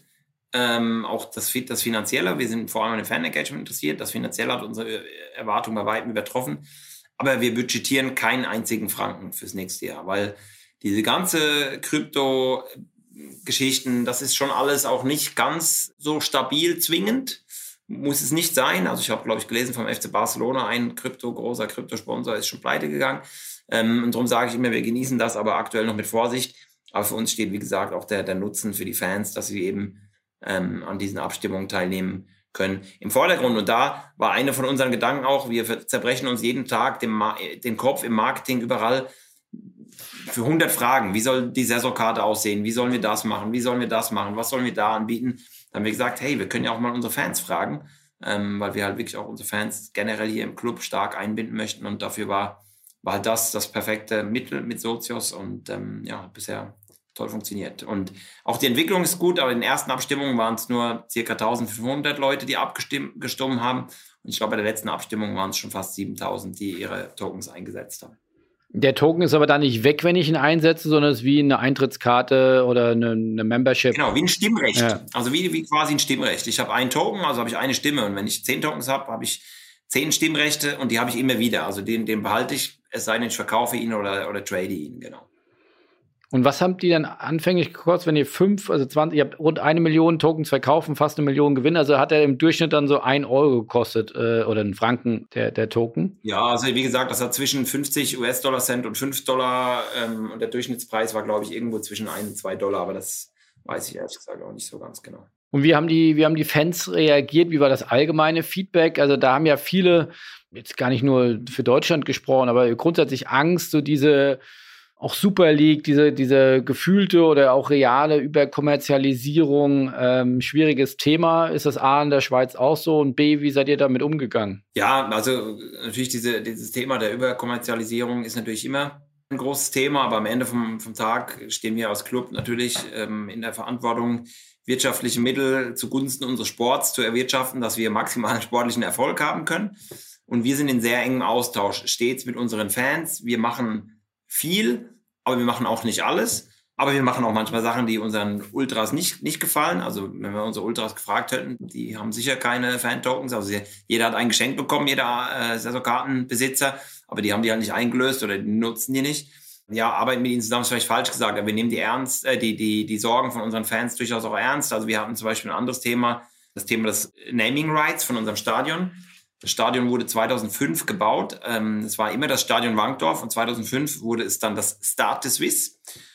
auch das Finanzielle, wir sind vor allem an dem Fan-Engagement interessiert, das Finanzielle hat unsere Erwartungen bei weitem übertroffen, aber wir budgetieren keinen einzigen Franken fürs nächste Jahr, weil diese ganze Krypto-Geschichten, das ist schon alles auch nicht ganz so stabil zwingend, muss es nicht sein. Also ich habe, glaube ich, gelesen vom FC Barcelona, ein großer Kryptosponsor ist schon pleite gegangen und darum sage ich immer, wir genießen das aber aktuell noch mit Vorsicht. Aber für uns steht, wie gesagt, auch der Nutzen für die Fans, dass sie eben an diesen Abstimmungen teilnehmen können im Vordergrund. Und da war einer von unseren Gedanken auch, wir zerbrechen uns jeden Tag den Kopf im Marketing überall für 100 Fragen. Wie soll die Saisonkarte aussehen? Wie sollen wir das machen? Wie sollen wir das machen? Was sollen wir da anbieten? Dann haben wir gesagt, hey, wir können ja auch mal unsere Fans fragen, weil wir halt wirklich auch unsere Fans generell hier im Club stark einbinden möchten. Und dafür war halt das perfekte Mittel mit Socios und hat bisher toll funktioniert. Und auch die Entwicklung ist gut, aber in den ersten Abstimmungen waren es nur ca. 1500 Leute, die abgestimmt haben. Und ich glaube, bei der letzten Abstimmung waren es schon fast 7000, die ihre Tokens eingesetzt haben. Der Token ist aber dann nicht weg, wenn ich ihn einsetze, sondern es ist wie eine Eintrittskarte oder eine Membership. Genau, wie ein Stimmrecht. Ja. Also wie quasi ein Stimmrecht. Ich habe einen Token, also habe ich eine Stimme. Und wenn ich 10 Tokens habe, habe ich 10 Stimmrechte und die habe ich immer wieder. Also den behalte ich, es sei denn, ich verkaufe ihn oder trade ihn, genau. Und was haben die dann anfänglich gekostet, wenn ihr 20, ihr habt rund 1 Million Tokens verkaufen, fast 1 Million Gewinn, also hat er im Durchschnitt dann so 1 Euro gekostet oder einen Franken, der Token? Ja, also wie gesagt, das hat zwischen 50 US-Dollar-Cent und $5 und der Durchschnittspreis war, glaube ich, irgendwo zwischen 1 und $2, aber das weiß ich ehrlich gesagt auch nicht so ganz genau. Und wie haben die Fans reagiert? Wie war das allgemeine Feedback? Also da haben ja viele, jetzt gar nicht nur für Deutschland gesprochen, aber grundsätzlich Angst, so diese auch Super League, diese gefühlte oder auch reale Überkommerzialisierung, schwieriges Thema. Ist das A in der Schweiz auch so? Und B, wie seid ihr damit umgegangen? Ja, also natürlich dieses Thema der Überkommerzialisierung ist natürlich immer ein großes Thema, aber am Ende vom Tag stehen wir als Club natürlich in der Verantwortung, wirtschaftliche Mittel zugunsten unseres Sports zu erwirtschaften, dass wir maximalen sportlichen Erfolg haben können. Und wir sind in sehr engem Austausch stets mit unseren Fans. Wir machen viel, aber wir machen auch nicht alles. Aber wir machen auch manchmal Sachen, die unseren Ultras nicht gefallen. Also wenn wir unsere Ultras gefragt hätten, die haben sicher keine Fan-Tokens. Also jeder hat ein Geschenk bekommen, jeder Saisonkartenbesitzer. Aber die haben die halt nicht eingelöst oder die nutzen die nicht. Ja, arbeiten mit ihnen zusammen ist vielleicht falsch gesagt, aber wir nehmen die Sorgen von unseren Fans durchaus auch ernst. Also wir hatten zum Beispiel ein anderes Thema, das Thema des Naming Rights von unserem Stadion. Das Stadion wurde 2005 gebaut. Es war immer das Stadion Wankdorf und 2005 wurde es dann das Stade de Suisse.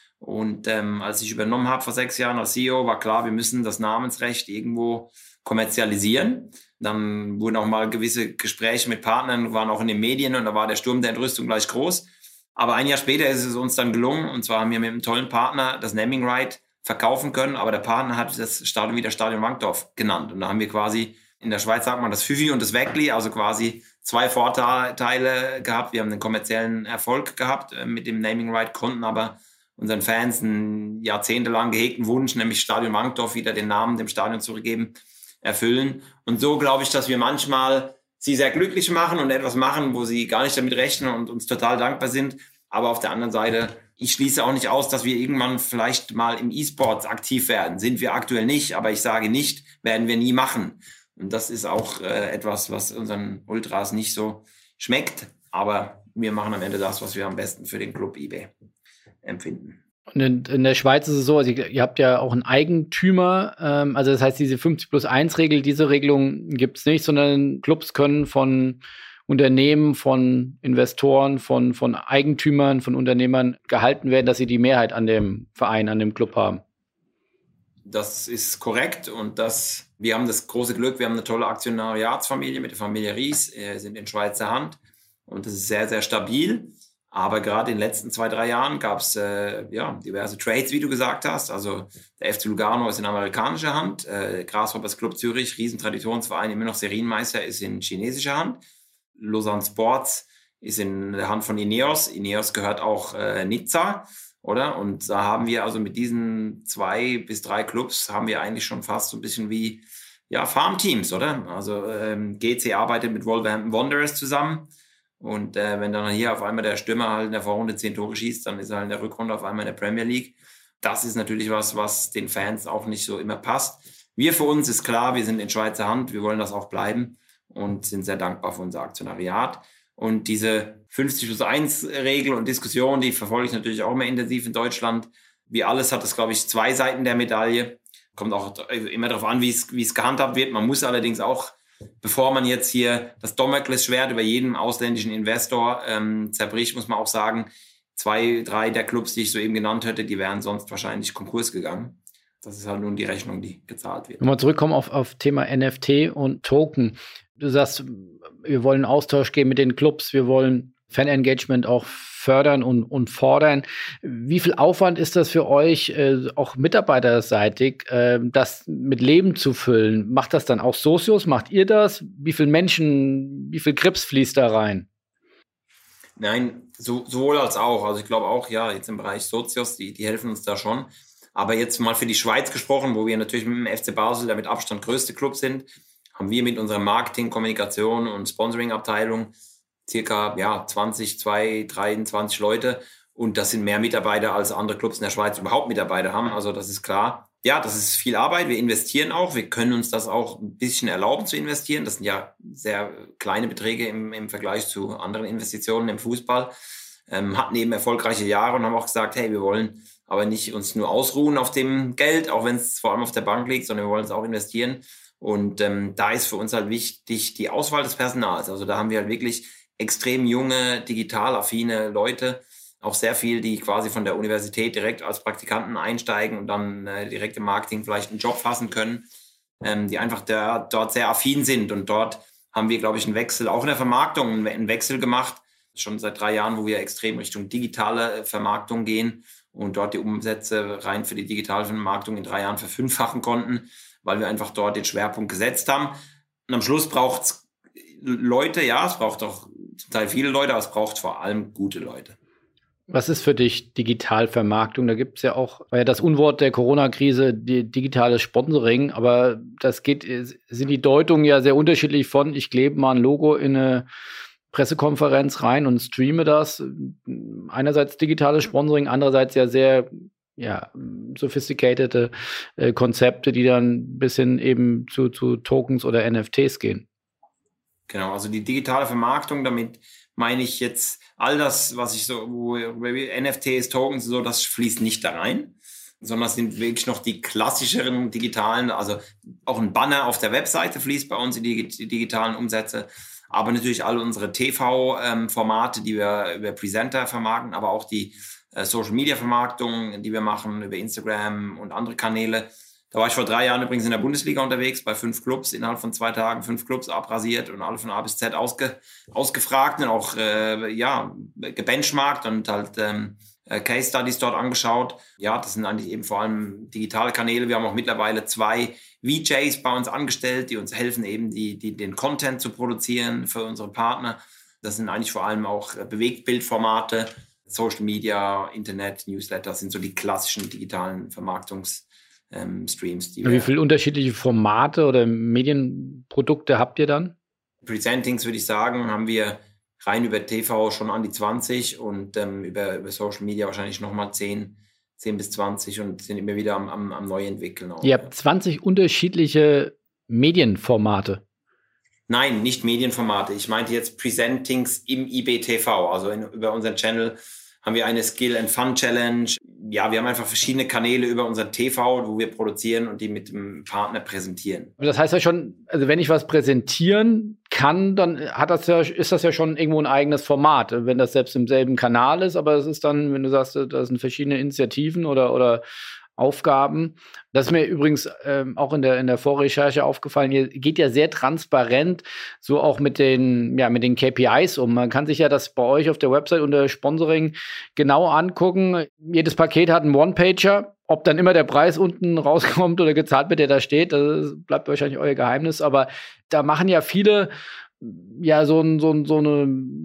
Und als ich übernommen habe vor 6 Jahren als CEO, war klar, wir müssen das Namensrecht irgendwo kommerzialisieren. Dann wurden auch mal gewisse Gespräche mit Partnern, waren auch in den Medien und da war der Sturm der Entrüstung gleich groß. Aber ein Jahr später ist es uns dann gelungen und zwar haben wir mit einem tollen Partner das Naming Right verkaufen können, aber der Partner hat das Stadion wieder Stadion Wankdorf genannt. Und da haben wir quasi, in der Schweiz sagt man das Füfi und das Weckli, also quasi 2 Vorteile gehabt. Wir haben einen kommerziellen Erfolg gehabt mit dem Naming Right, konnten aber unseren Fans einen jahrzehntelang gehegten Wunsch, nämlich Stadion Wankdorf wieder den Namen dem Stadion zurückgeben, erfüllen. Und so glaube ich, dass wir manchmal sie sehr glücklich machen und etwas machen, wo sie gar nicht damit rechnen und uns total dankbar sind. Aber auf der anderen Seite, ich schließe auch nicht aus, dass wir irgendwann vielleicht mal im E-Sports aktiv werden. Sind wir aktuell nicht, aber ich sage nicht, werden wir nie machen. Und das ist auch etwas, was unseren Ultras nicht so schmeckt. Aber wir machen am Ende das, was wir am besten für den Club IB empfinden. Und in der Schweiz ist es so, also ihr habt ja auch einen Eigentümer, also das heißt, diese 50+1-Regel, diese Regelung gibt es nicht, sondern Clubs können von Unternehmen, von Investoren, von Eigentümern, von Unternehmern gehalten werden, dass sie die Mehrheit an dem Verein, an dem Club haben. Das ist korrekt und wir haben das große Glück, wir haben eine tolle Aktionariatsfamilie mit der Familie Ries, sind in Schweizer Hand und das ist sehr, sehr stabil. Aber gerade in den letzten 2-3 Jahren gab es diverse Trades, wie du gesagt hast. Also der FC Lugano ist in amerikanischer Hand, Grasshoppers Club Zürich, Riesentraditionsverein, immer noch Serienmeister, ist in chinesischer Hand. Lausanne Sports ist in der Hand von Ineos. Ineos gehört auch Nizza, oder? Und da haben wir also mit diesen 2 bis 3 Clubs haben wir eigentlich schon fast so ein bisschen wie Farmteams, oder? Also GC arbeitet mit Wolverhampton Wanderers zusammen. Und wenn dann hier auf einmal der Stürmer halt in der Vorrunde 10 Tore schießt, dann ist er halt in der Rückrunde auf einmal in der Premier League. Das ist natürlich was den Fans auch nicht so immer passt. Wir für uns ist klar, wir sind in Schweizer Hand, wir wollen das auch bleiben und sind sehr dankbar für unser Aktionariat. Und diese 50+1-Regel und Diskussion, die verfolge ich natürlich auch immer intensiv in Deutschland. Wie alles hat es, glaube ich, 2 Seiten der Medaille. Kommt auch immer darauf an, wie es gehandhabt wird. Man muss allerdings auch, bevor man jetzt hier das Damoklesschwert über jeden ausländischen Investor zerbricht, muss man auch sagen, 2, 3 der Clubs, die ich soeben genannt hätte, die wären sonst wahrscheinlich Konkurs gegangen. Das ist halt nun die Rechnung, die gezahlt wird. Nochmal zurückkommen auf Thema NFT und Token. Du sagst, wir wollen Austausch geben mit den Clubs, wir wollen Fan-Engagement auch fördern und fordern. Wie viel Aufwand ist das für euch, auch mitarbeiterseitig, das mit Leben zu füllen? Macht das dann auch Socios? Macht ihr das? Wie viel Grips fließt da rein? Nein, sowohl als auch. Also ich glaube auch, jetzt im Bereich Socios, die helfen uns da schon. Aber jetzt mal für die Schweiz gesprochen, wo wir natürlich mit dem FC Basel der mit Abstand größte Club sind, haben wir mit unserer Marketing, Kommunikation und Sponsoring-Abteilung circa 23 Leute. Und das sind mehr Mitarbeiter, als andere Clubs in der Schweiz überhaupt Mitarbeiter haben. Also das ist klar. Ja, das ist viel Arbeit. Wir investieren auch. Wir können uns das auch ein bisschen erlauben zu investieren. Das sind ja sehr kleine Beträge im Vergleich zu anderen Investitionen im Fußball. Hatten eben erfolgreiche Jahre und haben auch gesagt, hey, wir wollen aber nicht uns nur ausruhen auf dem Geld, auch wenn es vor allem auf der Bank liegt, sondern wir wollen es auch investieren. Und da ist für uns halt wichtig die Auswahl des Personals. Also da haben wir halt wirklich extrem junge, digital affine Leute, auch sehr viel, die quasi von der Universität direkt als Praktikanten einsteigen und dann direkt im Marketing vielleicht einen Job fassen können, die einfach dort sehr affin sind. Und dort haben wir, glaube ich, einen Wechsel, auch in der Vermarktung, einen Wechsel gemacht, schon seit 3 Jahren, wo wir extrem Richtung digitale Vermarktung gehen und dort die Umsätze rein für die digitale Vermarktung in 3 Jahren verfünffachen konnten, weil wir einfach dort den Schwerpunkt gesetzt haben. Und am Schluss braucht es Leute, ja, es braucht auch zum Teil viele Leute, aber es braucht vor allem gute Leute. Was ist für dich Digitalvermarktung? Da gibt es ja auch, war ja das Unwort der Corona-Krise, digitales Sponsoring, aber sind die Deutungen ja sehr unterschiedlich von, ich klebe mal ein Logo in eine Pressekonferenz rein und streame das. Einerseits digitales Sponsoring, andererseits ja sehr sophisticated Konzepte, die dann bis hin eben zu Tokens oder NFTs gehen. Genau, also die digitale Vermarktung, damit meine ich jetzt all das, was ich so, wo NFTs, Tokens, so, das fließt nicht da rein, sondern es sind wirklich noch die klassischeren digitalen, also auch ein Banner auf der Webseite fließt bei uns in die digitalen Umsätze, aber natürlich alle unsere TV-Formate, die wir über Presenter vermarkten, aber auch die Social-Media-Vermarktung, die wir machen über Instagram und andere Kanäle. Da war ich vor 3 Jahren übrigens in der Bundesliga unterwegs, bei 5 Clubs, innerhalb von 2 Tagen 5 Clubs abrasiert und alle von A bis Z ausgefragt und auch gebenchmarkt und halt Case Studies dort angeschaut. Ja, das sind eigentlich eben vor allem digitale Kanäle. Wir haben auch mittlerweile 2 VJs bei uns angestellt, die uns helfen, eben den Content zu produzieren für unsere Partner. Das sind eigentlich vor allem auch Bewegtbildformate, Social Media, Internet, Newsletter, sind so die klassischen digitalen Vermarktungsstreams. Wie viele unterschiedliche Formate oder Medienprodukte habt ihr dann? Presentings, würde ich sagen, haben wir rein über TV schon an die 20 und über Social Media wahrscheinlich nochmal 10 bis 20 und sind immer wieder am Neuentwickeln. Auch. Ihr habt 20 unterschiedliche Medienformate. Nein, nicht Medienformate. Ich meinte jetzt Presentings im IBTV, also über unseren Channel haben wir eine Skill and Fun Challenge. Ja, wir haben einfach verschiedene Kanäle über unser TV, wo wir produzieren und die mit dem Partner präsentieren. Das heißt ja schon, also wenn ich was präsentieren kann, dann ist das ja schon irgendwo ein eigenes Format, wenn das selbst im selben Kanal ist, aber es ist dann, wenn du sagst, da sind verschiedene Initiativen oder Aufgaben. Das ist mir übrigens auch in der Vorrecherche aufgefallen. Ihr geht ja sehr transparent so auch mit den KPIs um. Man kann sich ja das bei euch auf der Website unter Sponsoring genau angucken. Jedes Paket hat einen One-Pager. Ob dann immer der Preis unten rauskommt oder gezahlt wird, der da steht, das bleibt wahrscheinlich euer Geheimnis. Aber da machen ja viele so eine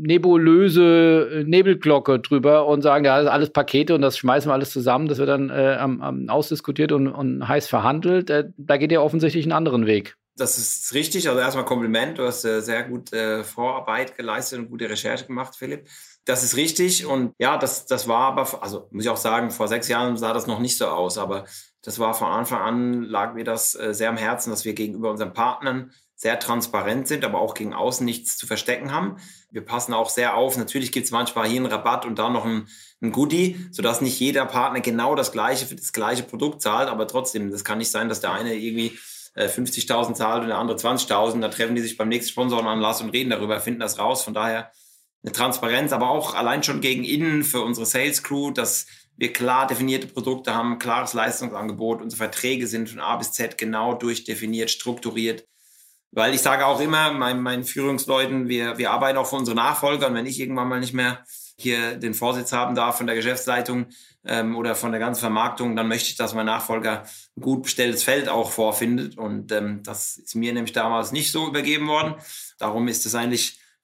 nebulöse Nebelglocke drüber und sagen, ja, das ist alles Pakete und das schmeißen wir alles zusammen, das wird dann ausdiskutiert und heiß verhandelt. Da geht ihr offensichtlich einen anderen Weg. Das ist richtig. Also erstmal Kompliment. Du hast sehr gut Vorarbeit geleistet und gute Recherche gemacht, Philipp. Das ist richtig. Und ja, das war aber, also muss ich auch sagen, vor 6 Jahren sah das noch nicht so aus. Aber das war von Anfang an, lag mir das sehr am Herzen, dass wir gegenüber unseren Partnern sehr transparent sind, aber auch gegen außen nichts zu verstecken haben. Wir passen auch sehr auf. Natürlich gibt es manchmal hier einen Rabatt und da noch ein Goodie, sodass nicht jeder Partner genau das Gleiche für das gleiche Produkt zahlt. Aber trotzdem, das kann nicht sein, dass der eine irgendwie 50.000 zahlt und der andere 20.000. Da treffen die sich beim nächsten Sponsorenanlass und reden darüber, finden das raus. Von daher eine Transparenz, aber auch allein schon gegen innen für unsere Sales Crew, dass wir klar definierte Produkte haben, klares Leistungsangebot. Unsere Verträge sind von A bis Z genau durchdefiniert, strukturiert. Weil ich sage auch immer meinen Führungsleuten, wir arbeiten auch für unsere Nachfolger. Und wenn ich irgendwann mal nicht mehr hier den Vorsitz haben darf von der Geschäftsleitung oder von der ganzen Vermarktung, dann möchte ich, dass mein Nachfolger ein gut bestelltes Feld auch vorfindet. Und das ist mir nämlich damals nicht so übergeben worden. Darum ist es eigentlich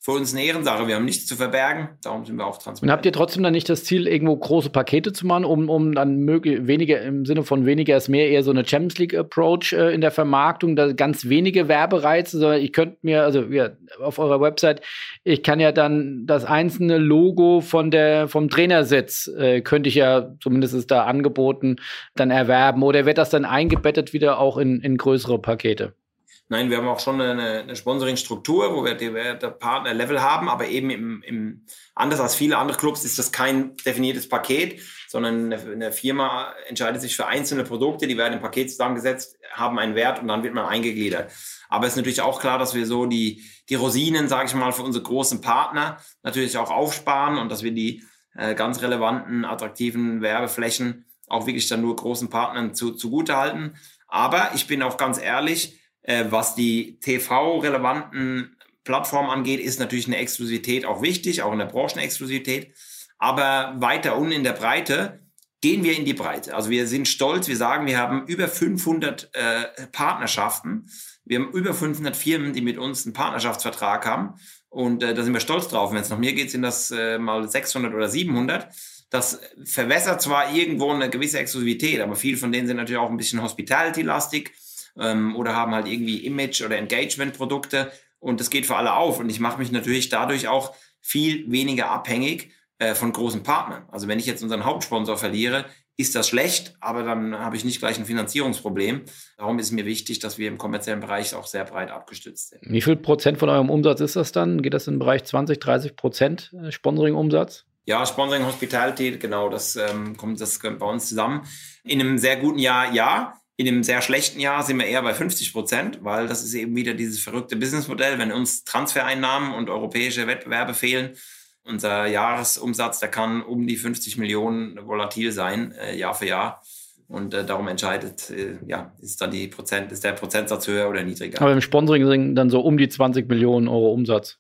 für uns eine Ehrensache. Wir haben nichts zu verbergen, darum sind wir auch transparent. Und habt ihr trotzdem dann nicht das Ziel, irgendwo große Pakete zu machen, um dann weniger, im Sinne von weniger ist mehr, eher so eine Champions League Approach in der Vermarktung, da ganz wenige Werbereize, sondern ich könnte mir, also auf eurer Website, ich kann ja dann das einzelne Logo vom Trainersitz, könnte ich ja zumindest da angeboten dann erwerben, oder wird das dann eingebettet wieder auch in größere Pakete? Nein, wir haben auch schon eine Sponsoring-Struktur, wo wir der Partner-Level haben, aber eben anders als viele andere Clubs ist das kein definiertes Paket, sondern eine Firma entscheidet sich für einzelne Produkte, die werden im Paket zusammengesetzt, haben einen Wert und dann wird man eingegliedert. Aber es ist natürlich auch klar, dass wir so die Rosinen, sage ich mal, für unsere großen Partner natürlich auch aufsparen und dass wir die ganz relevanten, attraktiven Werbeflächen auch wirklich dann nur großen Partnern zugute halten. Aber ich bin auch ganz ehrlich, was die TV-relevanten Plattformen angeht, ist natürlich eine Exklusivität auch wichtig, auch eine Branchenexklusivität. Aber weiter unten in der Breite gehen wir in die Breite. Also wir sind stolz, wir sagen, wir haben über 500 Partnerschaften. Wir haben über 500 Firmen, die mit uns einen Partnerschaftsvertrag haben. Und da sind wir stolz drauf. Wenn es nach mir geht, sind das mal 600 oder 700. Das verwässert zwar irgendwo eine gewisse Exklusivität, aber viele von denen sind natürlich auch ein bisschen Hospitality-lastig. Oder haben halt irgendwie Image- oder Engagement-Produkte und das geht für alle auf. Und ich mache mich natürlich dadurch auch viel weniger abhängig von großen Partnern. Also wenn ich jetzt unseren Hauptsponsor verliere, ist das schlecht, aber dann habe ich nicht gleich ein Finanzierungsproblem. Darum ist es mir wichtig, dass wir im kommerziellen Bereich auch sehr breit abgestützt sind. Wie viel Prozent von eurem Umsatz ist das dann? Geht das in den Bereich 20-30% Sponsoring-Umsatz? Ja, Sponsoring, Hospitality, genau, das kommt bei uns zusammen. In einem sehr guten Jahr, ja. In einem sehr schlechten Jahr sind wir eher bei 50%, weil das ist eben wieder dieses verrückte Businessmodell. Wenn uns Transfereinnahmen und europäische Wettbewerbe fehlen, unser Jahresumsatz, der kann um die 50 Millionen volatil sein, Jahr für Jahr. Und darum entscheidet, ist der Prozentsatz höher oder niedriger. Aber im Sponsoring sind dann so um die 20 Millionen Euro Umsatz.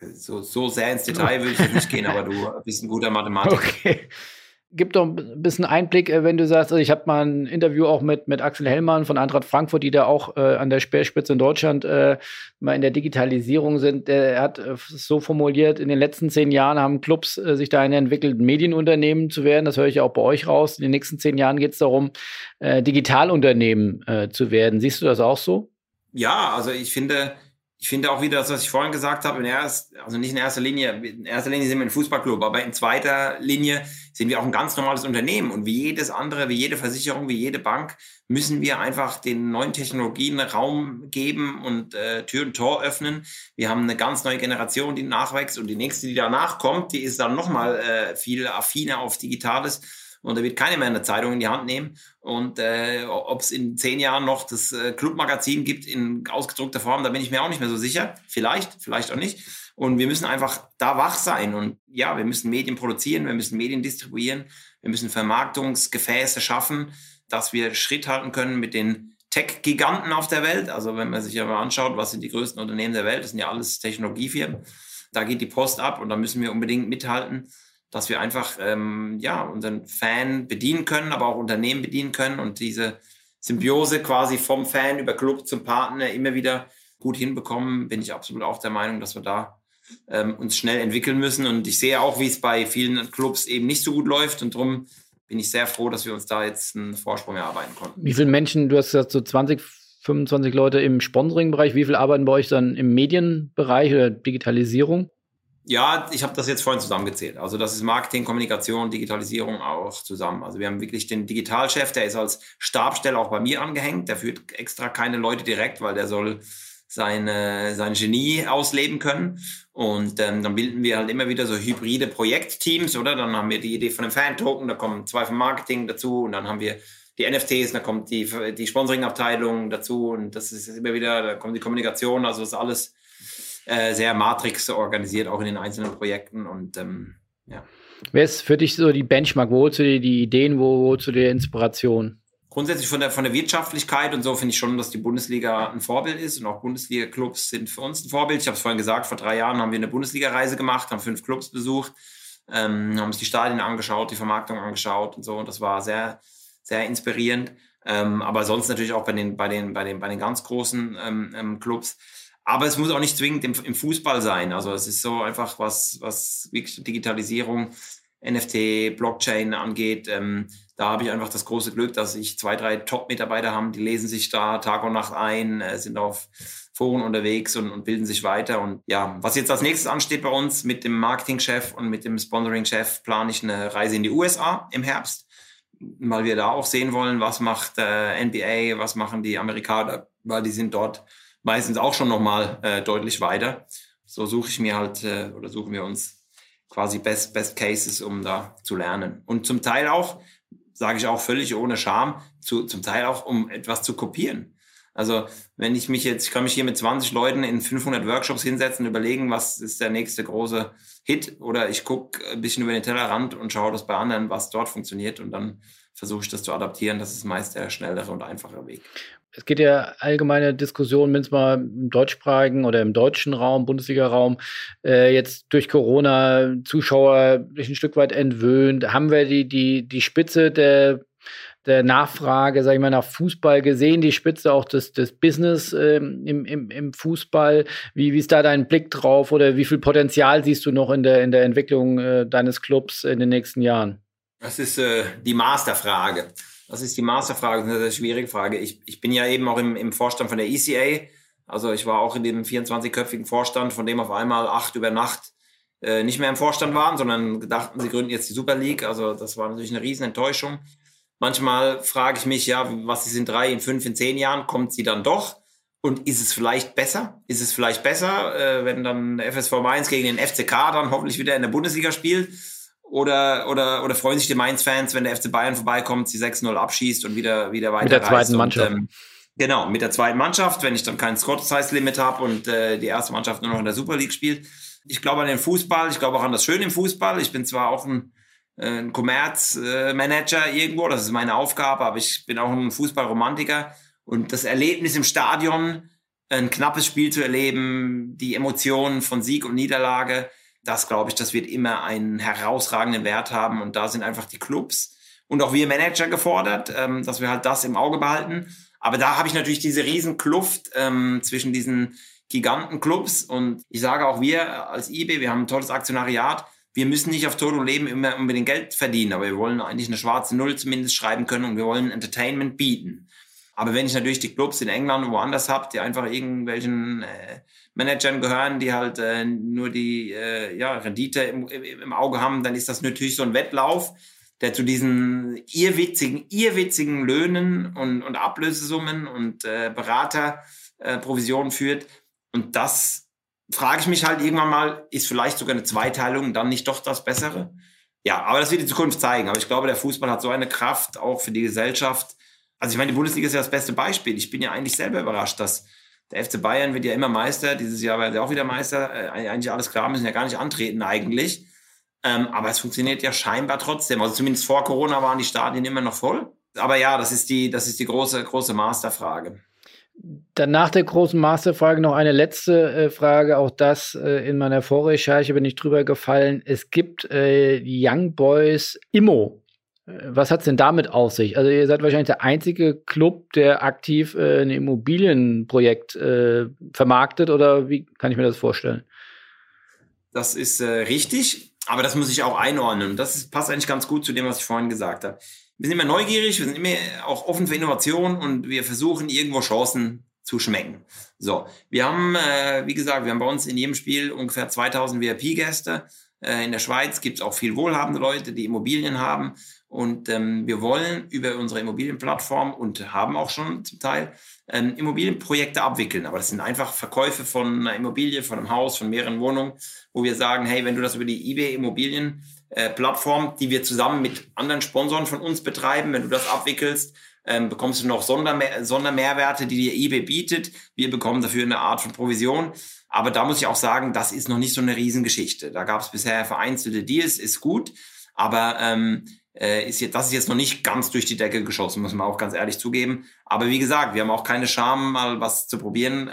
So sehr ins Detail würde ich jetzt nicht gehen, aber du bist ein guter Mathematiker. Okay. Gib doch ein bisschen Einblick, wenn du sagst, also ich habe mal ein Interview auch mit Axel Hellmann von Eintracht Frankfurt, die da auch an der Speerspitze in Deutschland mal in der Digitalisierung sind. Er hat so formuliert, in den letzten 10 Jahren haben Clubs sich dahin entwickelt, Medienunternehmen zu werden. Das höre ich auch bei euch raus. In den nächsten 10 Jahren geht es darum, Digitalunternehmen zu werden. Siehst du das auch so? Ja, also ich finde auch wieder das, was ich vorhin gesagt habe, also nicht in erster Linie sind wir ein Fußballclub, aber in zweiter Linie sind wir auch ein ganz normales Unternehmen und wie jedes andere, wie jede Versicherung, wie jede Bank müssen wir einfach den neuen Technologien Raum geben und Tür und Tor öffnen. Wir haben eine ganz neue Generation, die nachwächst und die nächste, die danach kommt, die ist dann nochmal viel affiner auf Digitales. Und da wird keiner mehr eine Zeitung in die Hand nehmen. Und ob es in 10 Jahren noch das Clubmagazin gibt in ausgedruckter Form, da bin ich mir auch nicht mehr so sicher. Vielleicht auch nicht. Und wir müssen einfach da wach sein. Und ja, wir müssen Medien produzieren, wir müssen Medien distribuieren, wir müssen Vermarktungsgefäße schaffen, dass wir Schritt halten können mit den Tech-Giganten auf der Welt. Also wenn man sich ja mal anschaut, was sind die größten Unternehmen der Welt, das sind ja alles Technologiefirmen. Da geht die Post ab und da müssen wir unbedingt mithalten, dass wir einfach unseren Fan bedienen können, aber auch Unternehmen bedienen können und diese Symbiose quasi vom Fan über Club zum Partner immer wieder gut hinbekommen, bin ich absolut auch der Meinung, dass wir da uns schnell entwickeln müssen. Und ich sehe auch, wie es bei vielen Clubs eben nicht so gut läuft und darum bin ich sehr froh, dass wir uns da jetzt einen Vorsprung erarbeiten konnten. Wie viele Menschen, du hast gesagt, so 20, 25 Leute im Sponsoring-Bereich, wie viele arbeiten bei euch dann im Medienbereich oder Digitalisierung? Ja, ich habe das jetzt vorhin zusammengezählt. Also das ist Marketing, Kommunikation, Digitalisierung auch zusammen. Also wir haben wirklich den Digitalchef, der ist als Stabsstelle auch bei mir angehängt. Der führt extra keine Leute direkt, weil der soll sein Genie ausleben können. Und dann bilden wir halt immer wieder so hybride Projektteams, oder? Dann haben wir die Idee von einem Fan-Token, da kommen 2 vom Marketing dazu und dann haben wir die NFTs, da kommt die Sponsoring-Abteilung dazu und das ist immer wieder, da kommt die Kommunikation, also das ist alles sehr Matrix organisiert, auch in den einzelnen Projekten und Wer ist für dich so die Benchmark? Wo holst du dir die Ideen, wo holst du dir Inspiration? Grundsätzlich von der Wirtschaftlichkeit und so finde ich schon, dass die Bundesliga ein Vorbild ist und auch Bundesliga-Clubs sind für uns ein Vorbild. Ich habe es vorhin gesagt, vor 3 Jahren haben wir eine Bundesliga-Reise gemacht, haben 5 Clubs besucht, haben uns die Stadien angeschaut, die Vermarktung angeschaut und so und das war sehr, sehr inspirierend. Aber sonst natürlich auch bei den ganz großen Clubs. Aber es muss auch nicht zwingend im Fußball sein. Also es ist so einfach was wirklich Digitalisierung, NFT, Blockchain angeht. Da habe ich einfach das große Glück, dass ich 2, 3 Top-Mitarbeiter habe, die lesen sich da Tag und Nacht ein, sind auf Foren unterwegs und bilden sich weiter. Und ja, was jetzt als nächstes ansteht bei uns mit dem Marketingchef und mit dem Sponsoring-Chef, plane ich eine Reise in die USA im Herbst, weil wir da auch sehen wollen, was macht NBA, was machen die Amerikaner, weil die sind dort meistens auch schon nochmal deutlich weiter. So suchen wir uns quasi Best Cases, um da zu lernen. Und zum Teil auch, sage ich auch völlig ohne Scham, zum Teil auch, um etwas zu kopieren. Also wenn ich kann mich hier mit 20 Leuten in 500 Workshops hinsetzen und überlegen, was ist der nächste große Hit, oder ich gucke ein bisschen über den Tellerrand und schaue das bei anderen, was dort funktioniert, und dann versuche ich das zu adaptieren. Das ist meist der schnellere und einfache Weg. Es geht ja allgemeine Diskussionen, wenn es mal im deutschsprachigen oder im deutschen Raum, Bundesliga-Raum, jetzt durch Corona Zuschauer sich ein Stück weit entwöhnt. Haben wir die Spitze der Nachfrage, sag ich mal, nach Fußball gesehen, die Spitze auch des Business im Fußball? Wie ist da dein Blick drauf, oder wie viel Potenzial siehst du noch in der Entwicklung deines Clubs in den nächsten Jahren? Das ist die Masterfrage. Das ist eine sehr schwierige Frage. Ich bin ja eben auch im Vorstand von der ECA. Also ich war auch in dem 24-köpfigen Vorstand, von dem auf einmal 8 über Nacht nicht mehr im Vorstand waren, sondern dachten, sie gründen jetzt die Super League. Also das war natürlich eine riesen Enttäuschung. Manchmal frage ich mich, ja, was ist in 3, in 5, in 10 Jahren? Kommt sie dann doch? Und ist es vielleicht besser? Wenn dann der FSV Mainz gegen den FCK dann hoffentlich wieder in der Bundesliga spielt? Oder freuen sich die Mainz-Fans, wenn der FC Bayern vorbeikommt, sie 6-0 abschießt und wieder weiter mit der zweiten Mannschaft. Genau, mit der zweiten Mannschaft, wenn ich dann kein Squad-Size-Limit habe und die erste Mannschaft nur noch in der Super League spielt. Ich glaube an den Fußball, ich glaube auch an das Schöne im Fußball. Ich bin zwar auch ein Commerz-Manager irgendwo, das ist meine Aufgabe, aber ich bin auch ein Fußballromantiker. Und das Erlebnis im Stadion, ein knappes Spiel zu erleben, die Emotionen von Sieg und Niederlage, das glaube ich, das wird immer einen herausragenden Wert haben. Und da sind einfach die Clubs und auch wir Manager gefordert, dass wir halt das im Auge behalten. Aber da habe ich natürlich diese riesen Kluft zwischen diesen Gigantenclubs. Und ich sage auch, wir als IB, wir haben ein tolles Aktionariat. Wir müssen nicht auf Tod und Leben immer unbedingt Geld verdienen, aber wir wollen eigentlich eine schwarze Null zumindest schreiben können und wir wollen Entertainment bieten. Aber wenn ich natürlich die Clubs in England und woanders habe, die einfach irgendwelchen Managern gehören, die halt nur die Rendite im Auge haben, dann ist das natürlich so ein Wettlauf, der zu diesen irrwitzigen Löhnen und Ablösesummen und Beraterprovisionen führt. Und das frage ich mich halt irgendwann mal, ist vielleicht sogar eine Zweiteilung dann nicht doch das Bessere? Ja, aber das wird die Zukunft zeigen. Aber ich glaube, der Fußball hat so eine Kraft auch für die Gesellschaft. Also ich meine, die Bundesliga ist ja das beste Beispiel. Ich bin ja eigentlich selber überrascht, dass der FC Bayern wird ja immer Meister. Dieses Jahr wird er auch wieder Meister. Eigentlich alles klar, müssen ja gar nicht antreten eigentlich. Aber es funktioniert ja scheinbar trotzdem. Also zumindest vor Corona waren die Stadien immer noch voll. Aber ja, das ist die große Masterfrage. Dann nach der großen Masterfrage noch eine letzte Frage. Auch das in meiner Vorrecherche bin ich drüber gefallen. Es gibt Young Boys Immo. Was hat es denn damit auf sich? Also ihr seid wahrscheinlich der einzige Club, der aktiv ein Immobilienprojekt vermarktet, oder wie kann ich mir das vorstellen? Das ist richtig, aber das muss ich auch einordnen. Das passt eigentlich ganz gut zu dem, was ich vorhin gesagt habe. Wir sind immer neugierig, wir sind immer auch offen für Innovation und wir versuchen irgendwo Chancen zu schmecken. So, wir haben, wie gesagt, bei uns in jedem Spiel ungefähr 2000 VIP-Gäste. In der Schweiz gibt es auch viel wohlhabende Leute, die Immobilien haben. Und wir wollen über unsere Immobilienplattform und haben auch schon zum Teil Immobilienprojekte abwickeln. Aber das sind einfach Verkäufe von einer Immobilie, von einem Haus, von mehreren Wohnungen, wo wir sagen, hey, wenn du das über die IB Immobilienplattform, die wir zusammen mit anderen Sponsoren von uns betreiben, wenn du das abwickelst, bekommst du noch Sondermehrwerte, die dir IB bietet. Wir bekommen dafür eine Art von Provision. Aber da muss ich auch sagen, das ist noch nicht so eine Riesengeschichte. Da gab es bisher vereinzelte Deals, ist gut. Aber das ist jetzt noch nicht ganz durch die Decke geschossen, muss man auch ganz ehrlich zugeben. Aber wie gesagt, wir haben auch keine Scham, mal was zu probieren.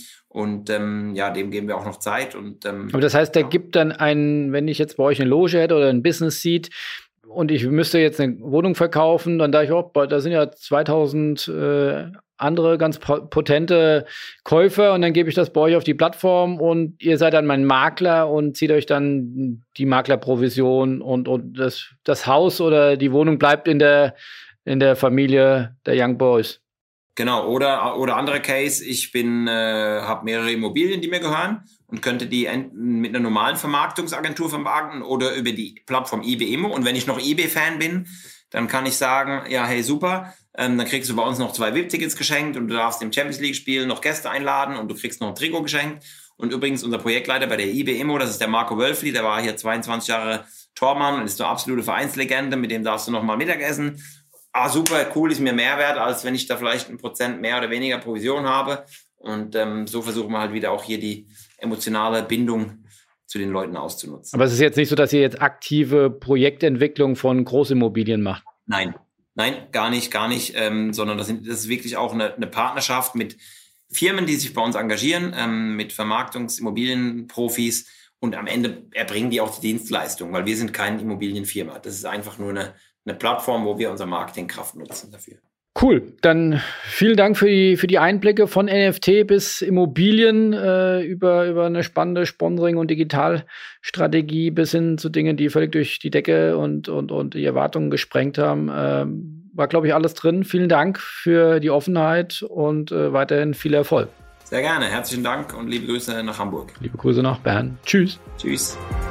Dem geben wir auch noch Zeit. Aber das heißt, der gibt dann wenn ich jetzt bei euch eine Loge hätte oder ein Business Seat und ich müsste jetzt eine Wohnung verkaufen, dann dachte ich, da sind ja 2000 andere ganz potente Käufer und dann gebe ich das bei euch auf die Plattform und ihr seid dann mein Makler und zieht euch dann die Maklerprovision und das Haus oder die Wohnung bleibt in der Familie der Young Boys. Genau, oder andere Case, ich habe mehrere Immobilien, die mir gehören und könnte die mit einer normalen Vermarktungsagentur vermarkten oder über die Plattform eBay Immo. Und wenn ich noch eBay-Fan bin, dann kann ich sagen, ja, hey, super, dann kriegst du bei uns noch 2 VIP-Tickets geschenkt und du darfst im Champions-League-Spiel noch Gäste einladen und du kriegst noch ein Trikot geschenkt. Und übrigens unser Projektleiter bei der eBay Immo, das ist der Marco Wölfli, der war hier 22 Jahre Tormann und ist eine absolute Vereinslegende, mit dem darfst du noch mal Mittagessen. Super, cool, ist mir mehr wert, als wenn ich da vielleicht 1% mehr oder weniger Provision habe. Und so versuchen wir halt wieder auch hier die emotionale Bindung zu den Leuten auszunutzen. Aber es ist jetzt nicht so, dass ihr jetzt aktive Projektentwicklung von Großimmobilien macht? Nein, gar nicht, sondern das ist wirklich auch eine Partnerschaft mit Firmen, die sich bei uns engagieren, mit Vermarktungsimmobilienprofis und am Ende erbringen die auch die Dienstleistung, weil wir sind keine Immobilienfirma. Das ist einfach nur eine Plattform, wo wir unsere Marketingkraft nutzen dafür. Cool, dann vielen Dank für die Einblicke von NFT bis Immobilien über eine spannende Sponsoring- und Digitalstrategie bis hin zu Dingen, die völlig durch die Decke und die Erwartungen gesprengt haben. War, glaube ich, alles drin. Vielen Dank für die Offenheit und weiterhin viel Erfolg. Sehr gerne. Herzlichen Dank und liebe Grüße nach Hamburg. Liebe Grüße nach Bern. Tschüss. Tschüss.